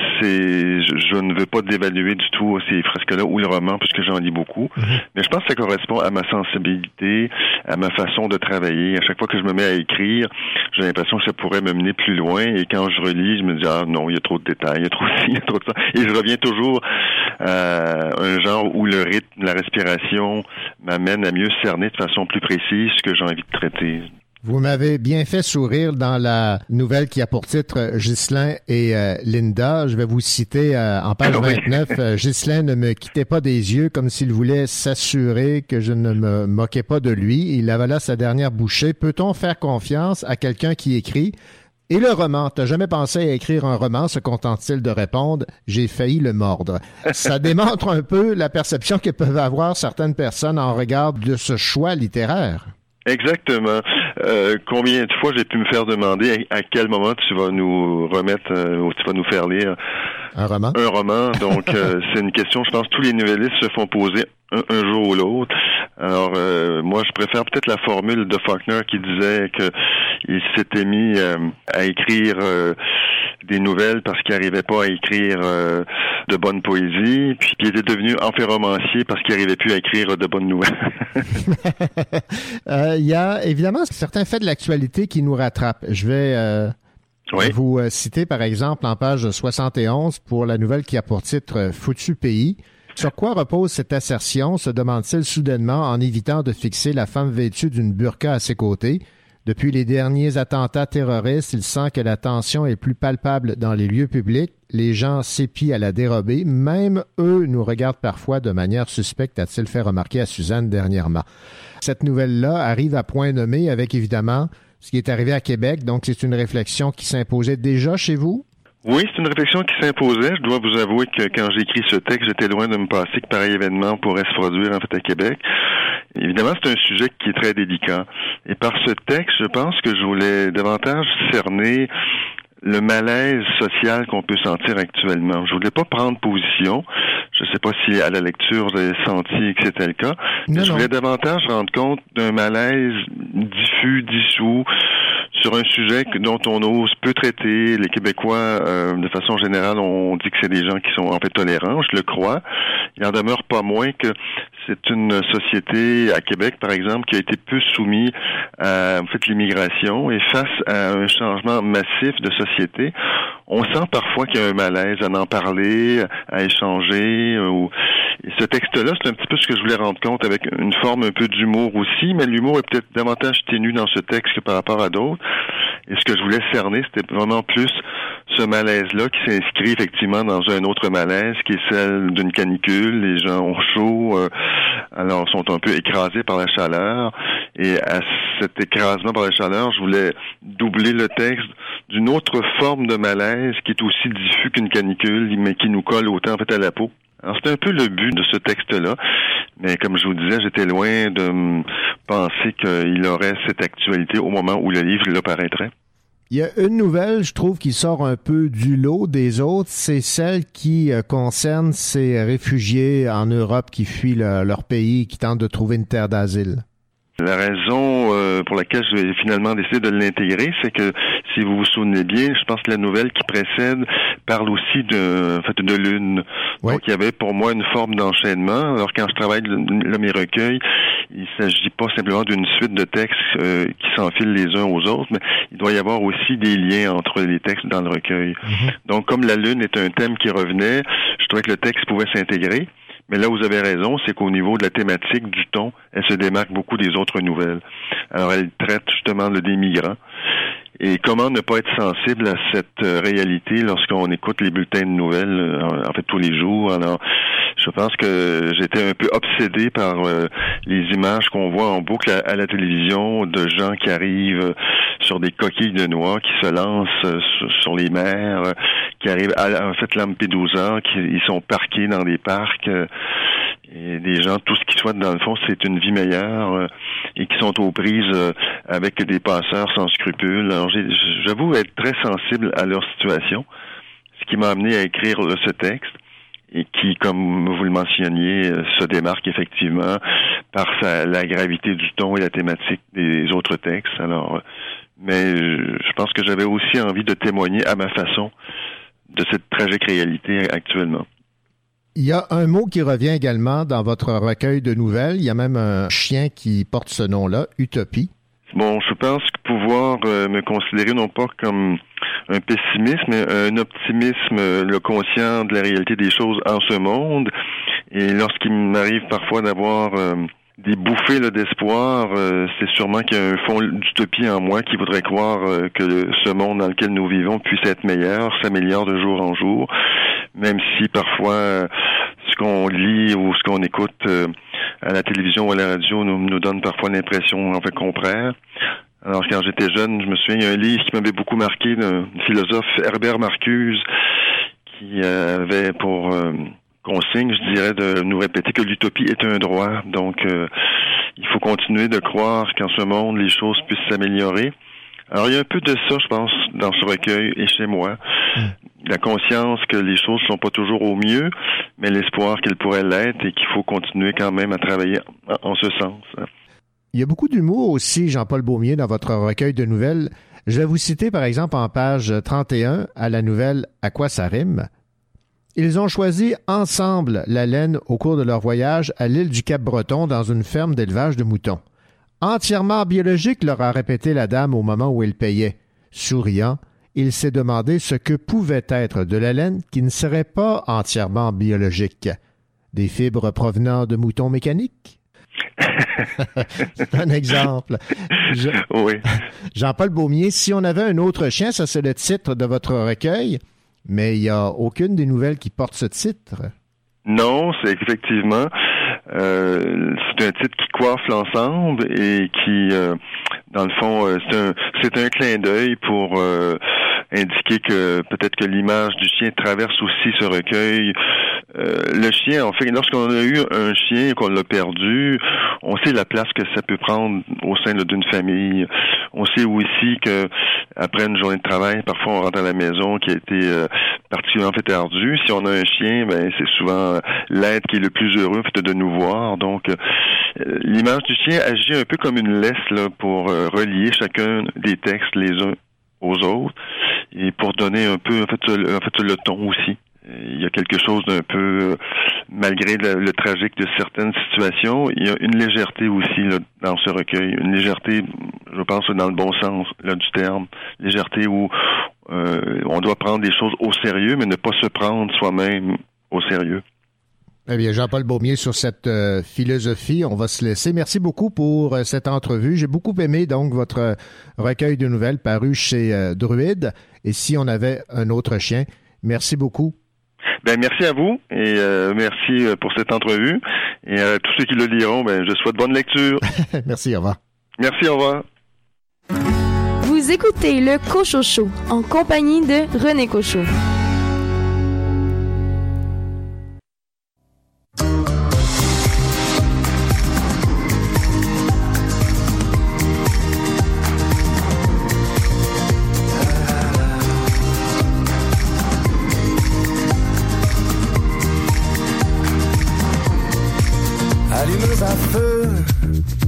je ne veux pas dévaluer du tout ces fresques-là ou le roman, puisque j'en lis beaucoup. Mais je pense que ça correspond à ma sensibilité, à ma façon de travailler. À chaque fois que je me mets à écrire, j'ai l'impression que ça pourrait me mener plus loin. Et quand je relis, je me dis, ah non, il y a trop de détails, il y a trop de ci, il y a trop de ça. Et je reviens toujours à un genre où le rythme, la respiration m'amène à mieux cerner de façon plus précise ce que j'ai envie de traiter. Vous m'avez bien fait sourire dans la nouvelle qui a pour titre Ghislain et Linda. Je vais vous citer en page 29. Ghislain ne me quittait pas des yeux comme s'il voulait s'assurer que je ne me moquais pas de lui. Il avala sa dernière bouchée. Peut-on faire confiance à quelqu'un qui écrit? Et le roman, t'as jamais pensé à écrire un roman, se contente-t-il de répondre « J'ai failli le mordre ». Ça démontre un peu la perception que peuvent avoir certaines personnes en regard de ce choix littéraire. Exactement. Combien de fois j'ai pu me faire demander à quel moment tu vas nous remettre ou tu vas nous faire lire un roman? Un roman. Donc, c'est une question, je pense, que tous les nouvellistes se font poser un jour ou l'autre. Alors, moi, je préfère peut-être la formule de Faulkner qui disait qu'il s'était mis à écrire des nouvelles parce qu'il n'arrivait pas à écrire de bonne poésie, puis il était devenu romancier parce qu'il n'arrivait plus à écrire de bonnes nouvelles. Il y a évidemment certains faits de l'actualité qui nous rattrapent. Je vais vous citer, par exemple, en page 71 pour la nouvelle qui a pour titre « Foutu pays ». Sur quoi repose cette assertion, se demande-t-il soudainement en évitant de fixer la femme vêtue d'une burqa à ses côtés. Depuis les derniers attentats terroristes, il sent que la tension est plus palpable dans les lieux publics. Les gens s'épient à la dérobée. Même eux nous regardent parfois de manière suspecte, a-t-il fait remarquer à Suzanne dernièrement. Cette nouvelle-là arrive à point nommé avec, évidemment, ce qui est arrivé à Québec. Donc, c'est une réflexion qui s'imposait déjà chez vous? Oui, c'est une réflexion qui s'imposait. Je dois vous avouer que quand j'ai écrit ce texte, j'étais loin de me passer que pareil événement pourrait se produire en fait à Québec. Évidemment, c'est un sujet qui est très délicat. Et par ce texte, je pense que je voulais davantage cerner le malaise social qu'on peut sentir actuellement. Je voulais pas prendre position. Je sais pas si à la lecture vous avez senti que c'était le cas. Mais je voulais davantage rendre compte d'un malaise diffus, dissous, sur un sujet dont on ose peu traiter. Les Québécois, de façon générale, on dit que c'est des gens qui sont en fait tolérants, je le crois. Il en demeure pas moins que c'est une société à Québec, par exemple, qui a été peu soumise à en fait l'immigration, et face à un changement massif de société, on sent parfois qu'il y a un malaise à en parler, à échanger. Et ce texte-là, c'est un petit peu ce que je voulais rendre compte avec une forme un peu d'humour aussi, mais l'humour est peut-être davantage ténu dans ce texte que par rapport à d'autres. Et ce que je voulais cerner, c'était vraiment plus ce malaise-là qui s'inscrit effectivement dans un autre malaise, qui est celle d'une canicule. Les gens ont chaud, alors sont un peu écrasés par la chaleur. Et à cet écrasement par la chaleur, je voulais doubler le texte d'une autre forme de malaise qui est aussi diffus qu'une canicule, mais qui nous colle autant en fait à la peau. Alors, c'est un peu le but de ce texte-là, mais comme je vous disais, j'étais loin de penser qu'il aurait cette actualité au moment où le livre là paraîtrait. Il y a une nouvelle, je trouve, qui sort un peu du lot des autres. C'est celle qui concerne ces réfugiés en Europe qui fuient leur pays, qui tentent de trouver une terre d'asile. La raison pour laquelle j'ai finalement décidé de l'intégrer, c'est que, si vous vous souvenez bien, je pense que la nouvelle qui précède parle aussi de l'une. Ouais. Donc, il y avait pour moi une forme d'enchaînement. Alors, quand je travaille mes recueils, il s'agit pas simplement d'une suite de textes qui s'enfilent les uns aux autres, mais il doit y avoir aussi des liens entre les textes dans le recueil. Mm-hmm. Donc, comme la lune est un thème qui revenait, je trouvais que le texte pouvait s'intégrer. Mais là où vous avez raison, c'est qu'au niveau de la thématique, du ton, elle se démarque beaucoup des autres nouvelles. Alors, elle traite justement des migrants. Et comment ne pas être sensible à cette réalité lorsqu'on écoute les bulletins de nouvelles, en fait, tous les jours. Alors, je pense que j'étais un peu obsédé par les images qu'on voit en boucle à la télévision de gens qui arrivent sur des coquilles de noix, qui se lancent sur les mers, qui arrivent en fait Lampedusa, ils sont parqués dans des parcs. Et des gens, tout ce qu'ils souhaitent dans le fond, c'est une vie meilleure et qui sont aux prises avec des passeurs sans scrupules. Alors, j'avoue être très sensible à leur situation, ce qui m'a amené à écrire ce texte et qui, comme vous le mentionniez, se démarque effectivement par la gravité du ton et la thématique des autres textes. Alors, mais je pense que j'avais aussi envie de témoigner à ma façon de cette tragique réalité actuellement. Il y a un mot qui revient également dans votre recueil de nouvelles. Il y a même un chien qui porte ce nom-là, Utopie. Bon, je pense pouvoir me considérer non pas comme un pessimiste, mais un optimisme, le conscient de la réalité des choses en ce monde. Et lorsqu'il m'arrive parfois d'avoir des bouffées d'espoir, c'est sûrement qu'il y a un fond d'utopie en moi qui voudrait croire que ce monde dans lequel nous vivons puisse être meilleur, s'améliore de jour en jour, même si parfois ce qu'on lit ou ce qu'on écoute à la télévision ou à la radio nous donne parfois l'impression contraire. Alors, quand j'étais jeune, je me souviens, il y a un livre qui m'avait beaucoup marqué d'un philosophe, Herbert Marcuse, qui avait pour consigne, je dirais, de nous répéter que l'utopie est un droit. Donc, il faut continuer de croire qu'en ce monde, les choses puissent s'améliorer. Alors, il y a un peu de ça, je pense, dans ce recueil et chez moi. La conscience que les choses sont pas toujours au mieux, mais l'espoir qu'elles pourraient l'être et qu'il faut continuer quand même à travailler en ce sens. Il y a beaucoup d'humour aussi, Jean-Paul Beaumier, dans votre recueil de nouvelles. Je vais vous citer, par exemple, en page 31, à la nouvelle « À quoi ça rime ». Ils ont choisi ensemble la laine au cours de leur voyage à l'île du Cap-Breton dans une ferme d'élevage de moutons. Entièrement biologique, leur a répété la dame au moment où il payait. Souriant, il s'est demandé ce que pouvait être de la laine qui ne serait pas entièrement biologique. Des fibres provenant de moutons mécaniques? C'est un exemple. Oui. Jean-Paul Beaumier, si on avait un autre chien, ça c'est le titre de votre recueil, mais il n'y a aucune des nouvelles qui porte ce titre. Non, c'est effectivement c'est un titre qui coiffe l'ensemble et qui, dans le fond, c'est un clin d'œil pour indiquer que peut-être que l'image du chien traverse aussi ce recueil. Le chien, en fait, lorsqu'on a eu un chien et qu'on l'a perdu, on sait la place que ça peut prendre au sein d'une famille. On sait aussi que après une journée de travail, parfois on rentre à la maison qui a été particulièrement ardue. Si on a un chien, ben c'est souvent l'être qui est le plus heureux de nous voir. Donc l'image du chien agit un peu comme une laisse là pour relier chacun des textes les uns aux autres et pour donner un peu en fait le ton aussi. Il y a quelque chose d'un peu, malgré le tragique de certaines situations, il y a une légèreté aussi là, dans ce recueil. Une légèreté, je pense, dans le bon sens là, du terme. Légèreté où on doit prendre des choses au sérieux, mais ne pas se prendre soi-même au sérieux. Eh bien, Jean-Paul Beaumier, sur cette philosophie, on va se laisser. Merci beaucoup pour cette entrevue. J'ai beaucoup aimé donc votre recueil de nouvelles paru chez Druide. Et si on avait un autre chien, merci beaucoup. Ben merci à vous et merci pour cette entrevue. Et à tous ceux qui le liront, ben je souhaite bonne lecture. Merci, au revoir. Merci, au revoir. Vous écoutez le Cochocho en compagnie de René Cochot.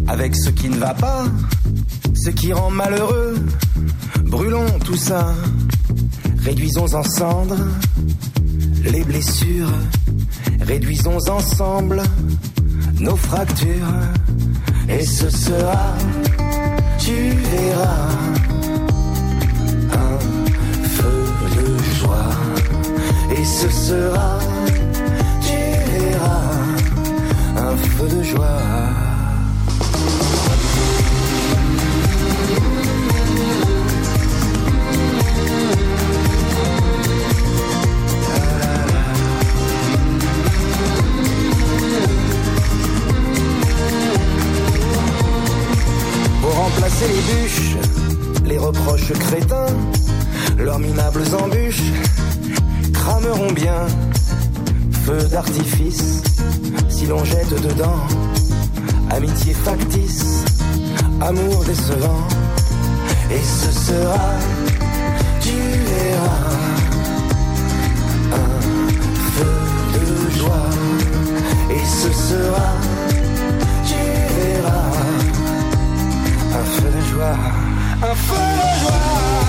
avec ce qui ne va pas, ce qui rend malheureux. Brûlons tout ça, réduisons en cendres les blessures, réduisons ensemble nos fractures, et ce sera, tu verras, un feu de joie, et ce sera, tu verras, un feu de joie. Pour remplacer les bûches, les reproches crétins, leurs minables embûches crameront bien. Feu d'artifice, si l'on jette dedans amitié factice, amour décevant, et ce sera, tu verras, un feu de joie, et ce sera, tu verras, un feu de joie, un feu de joie.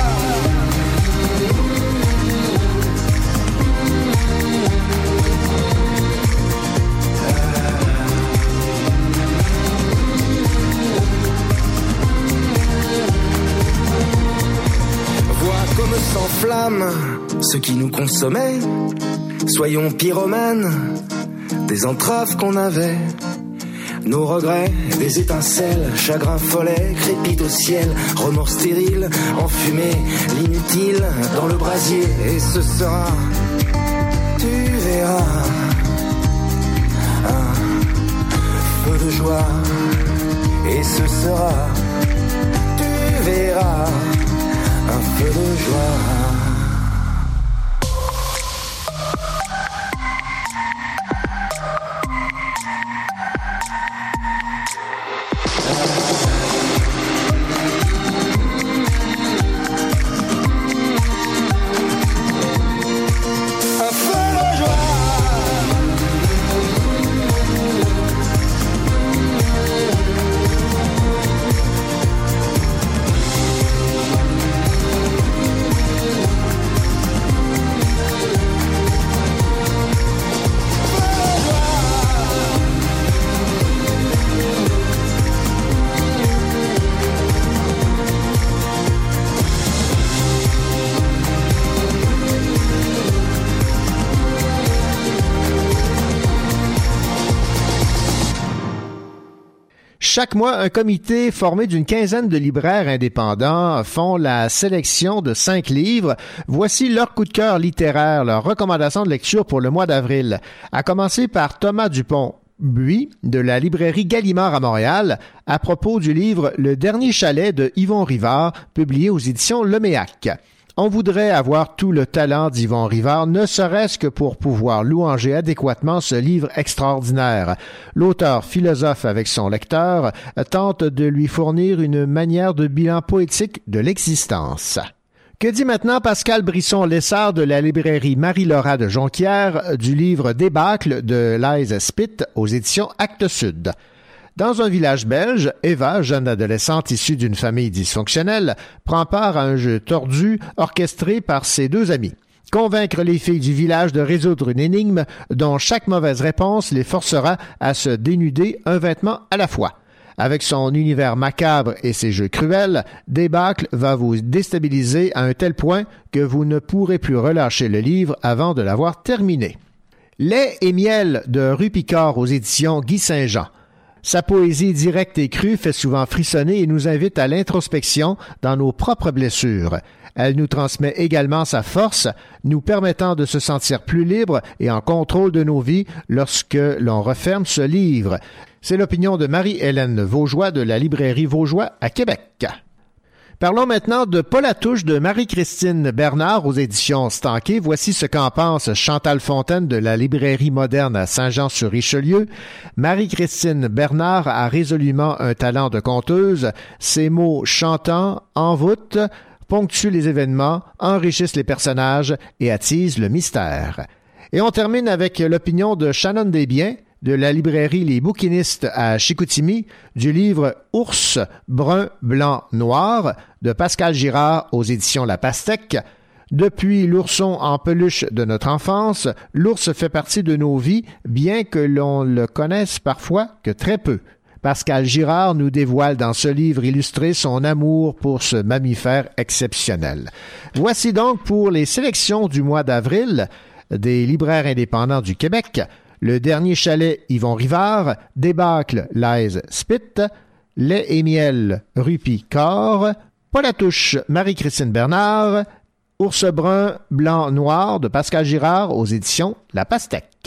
Vois comme s'enflamme ce qui nous consommait. Soyons pyromanes des entraves qu'on avait. Nos regrets, des étincelles, chagrin follet, crépite au ciel, remords stériles, enfumé, l'inutile dans le brasier. Et ce sera, tu verras, un feu de joie. Et ce sera, tu verras, un feu de joie. Chaque mois, un comité formé d'une quinzaine de libraires indépendants font la sélection de 5 livres. Voici leur coup de cœur littéraire, leurs recommandations de lecture pour le mois d'avril. À commencer par Thomas Dupont-Buis de la librairie Gallimard à Montréal à propos du livre Le dernier chalet de Yvon Rivard, publié aux éditions Leméac. On voudrait avoir tout le talent d'Yvon Rivard, ne serait-ce que pour pouvoir louanger adéquatement ce livre extraordinaire. L'auteur philosophe avec son lecteur tente de lui fournir une manière de bilan poétique de l'existence. Que dit maintenant Pascal Brisson-Lessard de la librairie Marie-Laura de Jonquière du livre Débâcle de Liza Spitt aux éditions Actes Sud? Dans un village belge, Eva, jeune adolescente issue d'une famille dysfonctionnelle, prend part à un jeu tordu orchestré par ses 2 amis. Convaincre les filles du village de résoudre une énigme dont chaque mauvaise réponse les forcera à se dénuder un vêtement à la fois. Avec son univers macabre et ses jeux cruels, Débâcle va vous déstabiliser à un tel point que vous ne pourrez plus relâcher le livre avant de l'avoir terminé. Lait et miel de Rue Picard aux éditions Guy Saint-Jean. Sa poésie directe et crue fait souvent frissonner et nous invite à l'introspection dans nos propres blessures. Elle nous transmet également sa force, nous permettant de se sentir plus libres et en contrôle de nos vies lorsque l'on referme ce livre. C'est l'opinion de Marie-Hélène Vaugeois de la librairie Vaugeois à Québec. Parlons maintenant de Pas la touche de Marie-Christine Bernard aux éditions Stanquet. Voici ce qu'en pense Chantal Fontaine de la librairie moderne à Saint-Jean-sur-Richelieu. Marie-Christine Bernard a résolument un talent de conteuse. Ses mots chantants envoûtent, ponctuent les événements, enrichissent les personnages et attisent le mystère. Et on termine avec l'opinion de Shannon Desbiens de la librairie Les Bouquinistes à Chicoutimi du livre Ours, brun, blanc, noir de Pascal Girard aux éditions La Pastèque. Depuis l'ourson en peluche de notre enfance, l'ours fait partie de nos vies, bien que l'on le connaisse parfois que très peu. Pascal Girard nous dévoile dans ce livre illustré son amour pour ce mammifère exceptionnel. Voici donc pour les sélections du mois d'avril des libraires indépendants du Québec, Le Dernier Chalet Yvon Rivard, Débâcle Laise Spitt, Lait et Miel Rupi Cor, Paul Latouche Marie-Christine Bernard, Ours brun, blanc, noir de Pascal Girard aux éditions La Pastèque.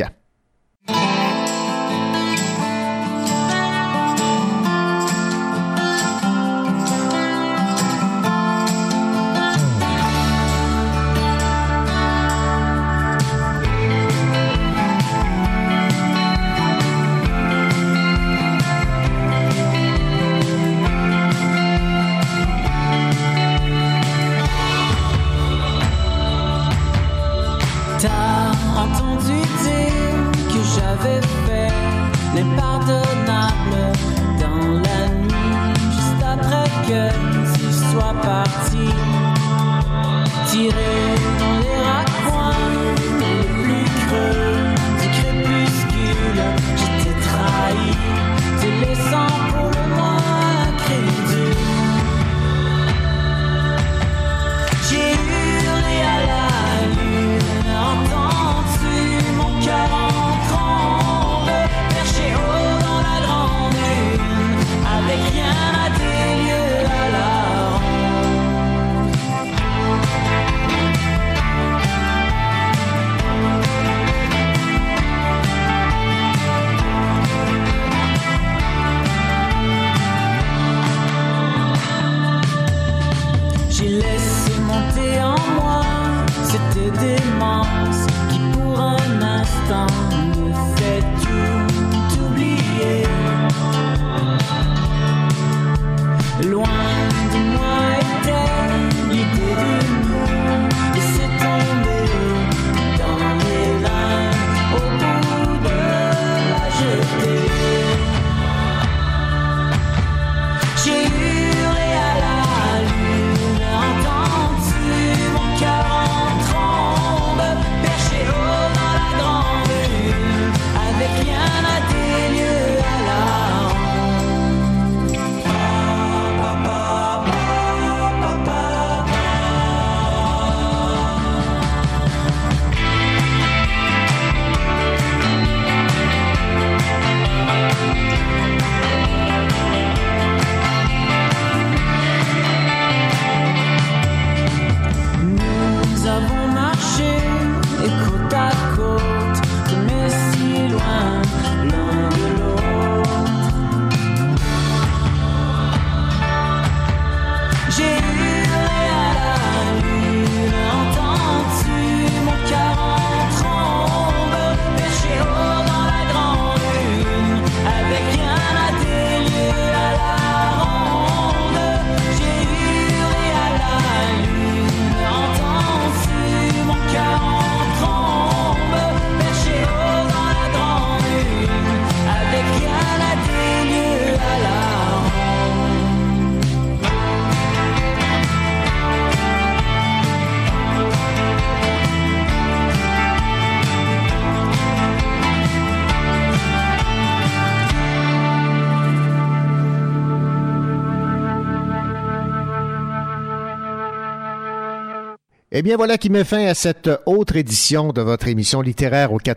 Eh bien, voilà qui met fin à cette autre édition de votre émission littéraire au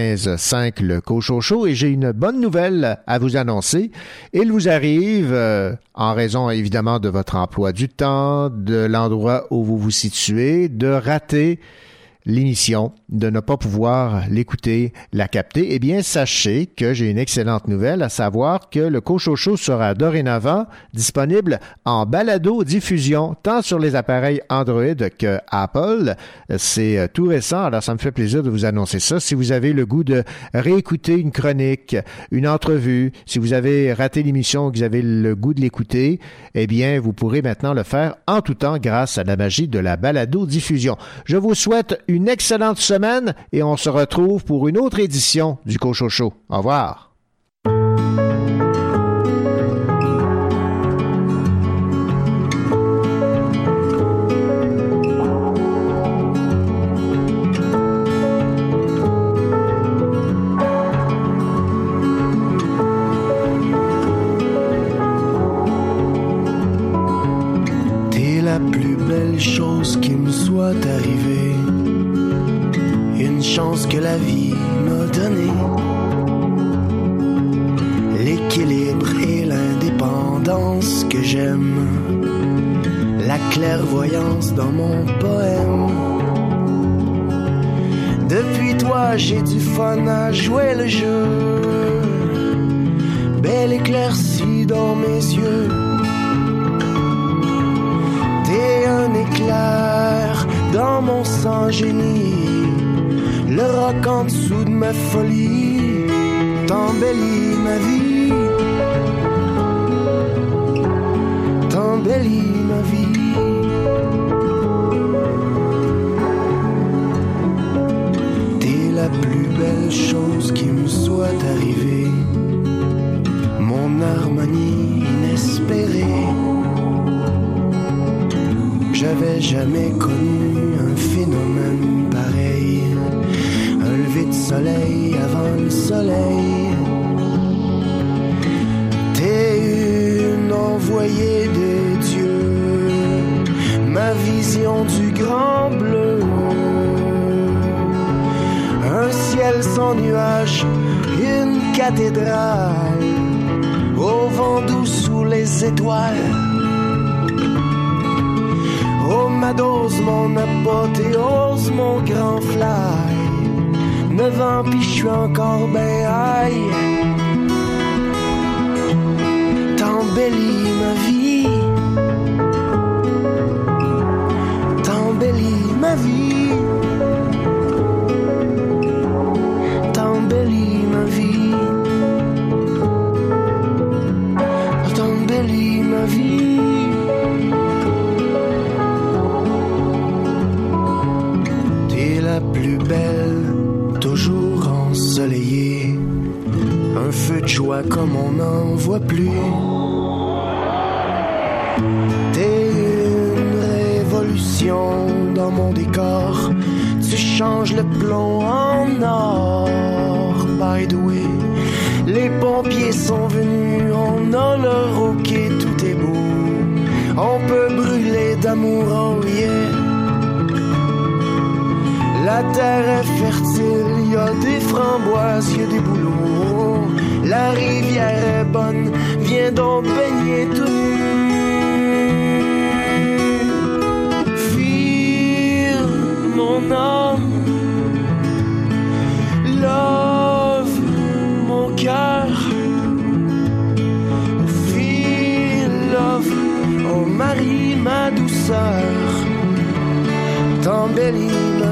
95.5 Le Cochocho. Et j'ai une bonne nouvelle à vous annoncer. Il vous arrive, en raison évidemment de votre emploi du temps, de l'endroit où vous vous situez, de rater l'émission, de ne pas pouvoir l'écouter, la capter. Eh bien, sachez que j'ai une excellente nouvelle, à savoir que le Cochocho sera dorénavant disponible en balado-diffusion, tant sur les appareils Android que Apple. C'est tout récent, alors ça me fait plaisir de vous annoncer ça. Si vous avez le goût de réécouter une chronique, une entrevue, si vous avez raté l'émission ou que vous avez le goût de l'écouter, eh bien, vous pourrez maintenant le faire en tout temps grâce à la magie de la balado-diffusion. Je vous souhaite une une excellente semaine et on se retrouve pour une autre édition du Cochocho. Au revoir. Chose qui me soit arrivée, une chance que la vie m'a donnée, l'équilibre et l'indépendance que j'aime, la clairvoyance dans mon poème. Depuis toi j'ai du fun à jouer le jeu, belle éclaircie dans mes yeux. T'es un éclair dans mon sang génie, le roc en dessous de ma folie, t'embellis ma vie, t'embellis ma vie. T'es la plus belle chose qui me soit arrivée, mon harmonie inespérée. J'avais jamais connu un phénomène pareil, un lever de soleil avant le soleil. T'es une envoyée de Dieu, ma vision du grand bleu. Un ciel sans nuages, une cathédrale, au vent doux sous les étoiles. Oh ma dose, mon apothéose, mon grand fly. 9 ans pis j'suis encore ben high. T'embellis ma vie, t'embellis ma vie, t'embellis ma vie, t'embellis ma vie. La plus belle, toujours ensoleillée, un feu de joie comme on n'en voit plus. T'es une révolution dans mon décor, tu changes le plomb en or. By the way, les pompiers sont venus, on a leur ok, tout est beau, on peut brûler d'amour, oh yeah. La terre est fertile, y a des framboises, y a des bouleaux. La rivière est bonne, viens donc baigner tout nu. Feel mon âme, love mon cœur. Feel love, oh Marie ma douceur, t'embellis ma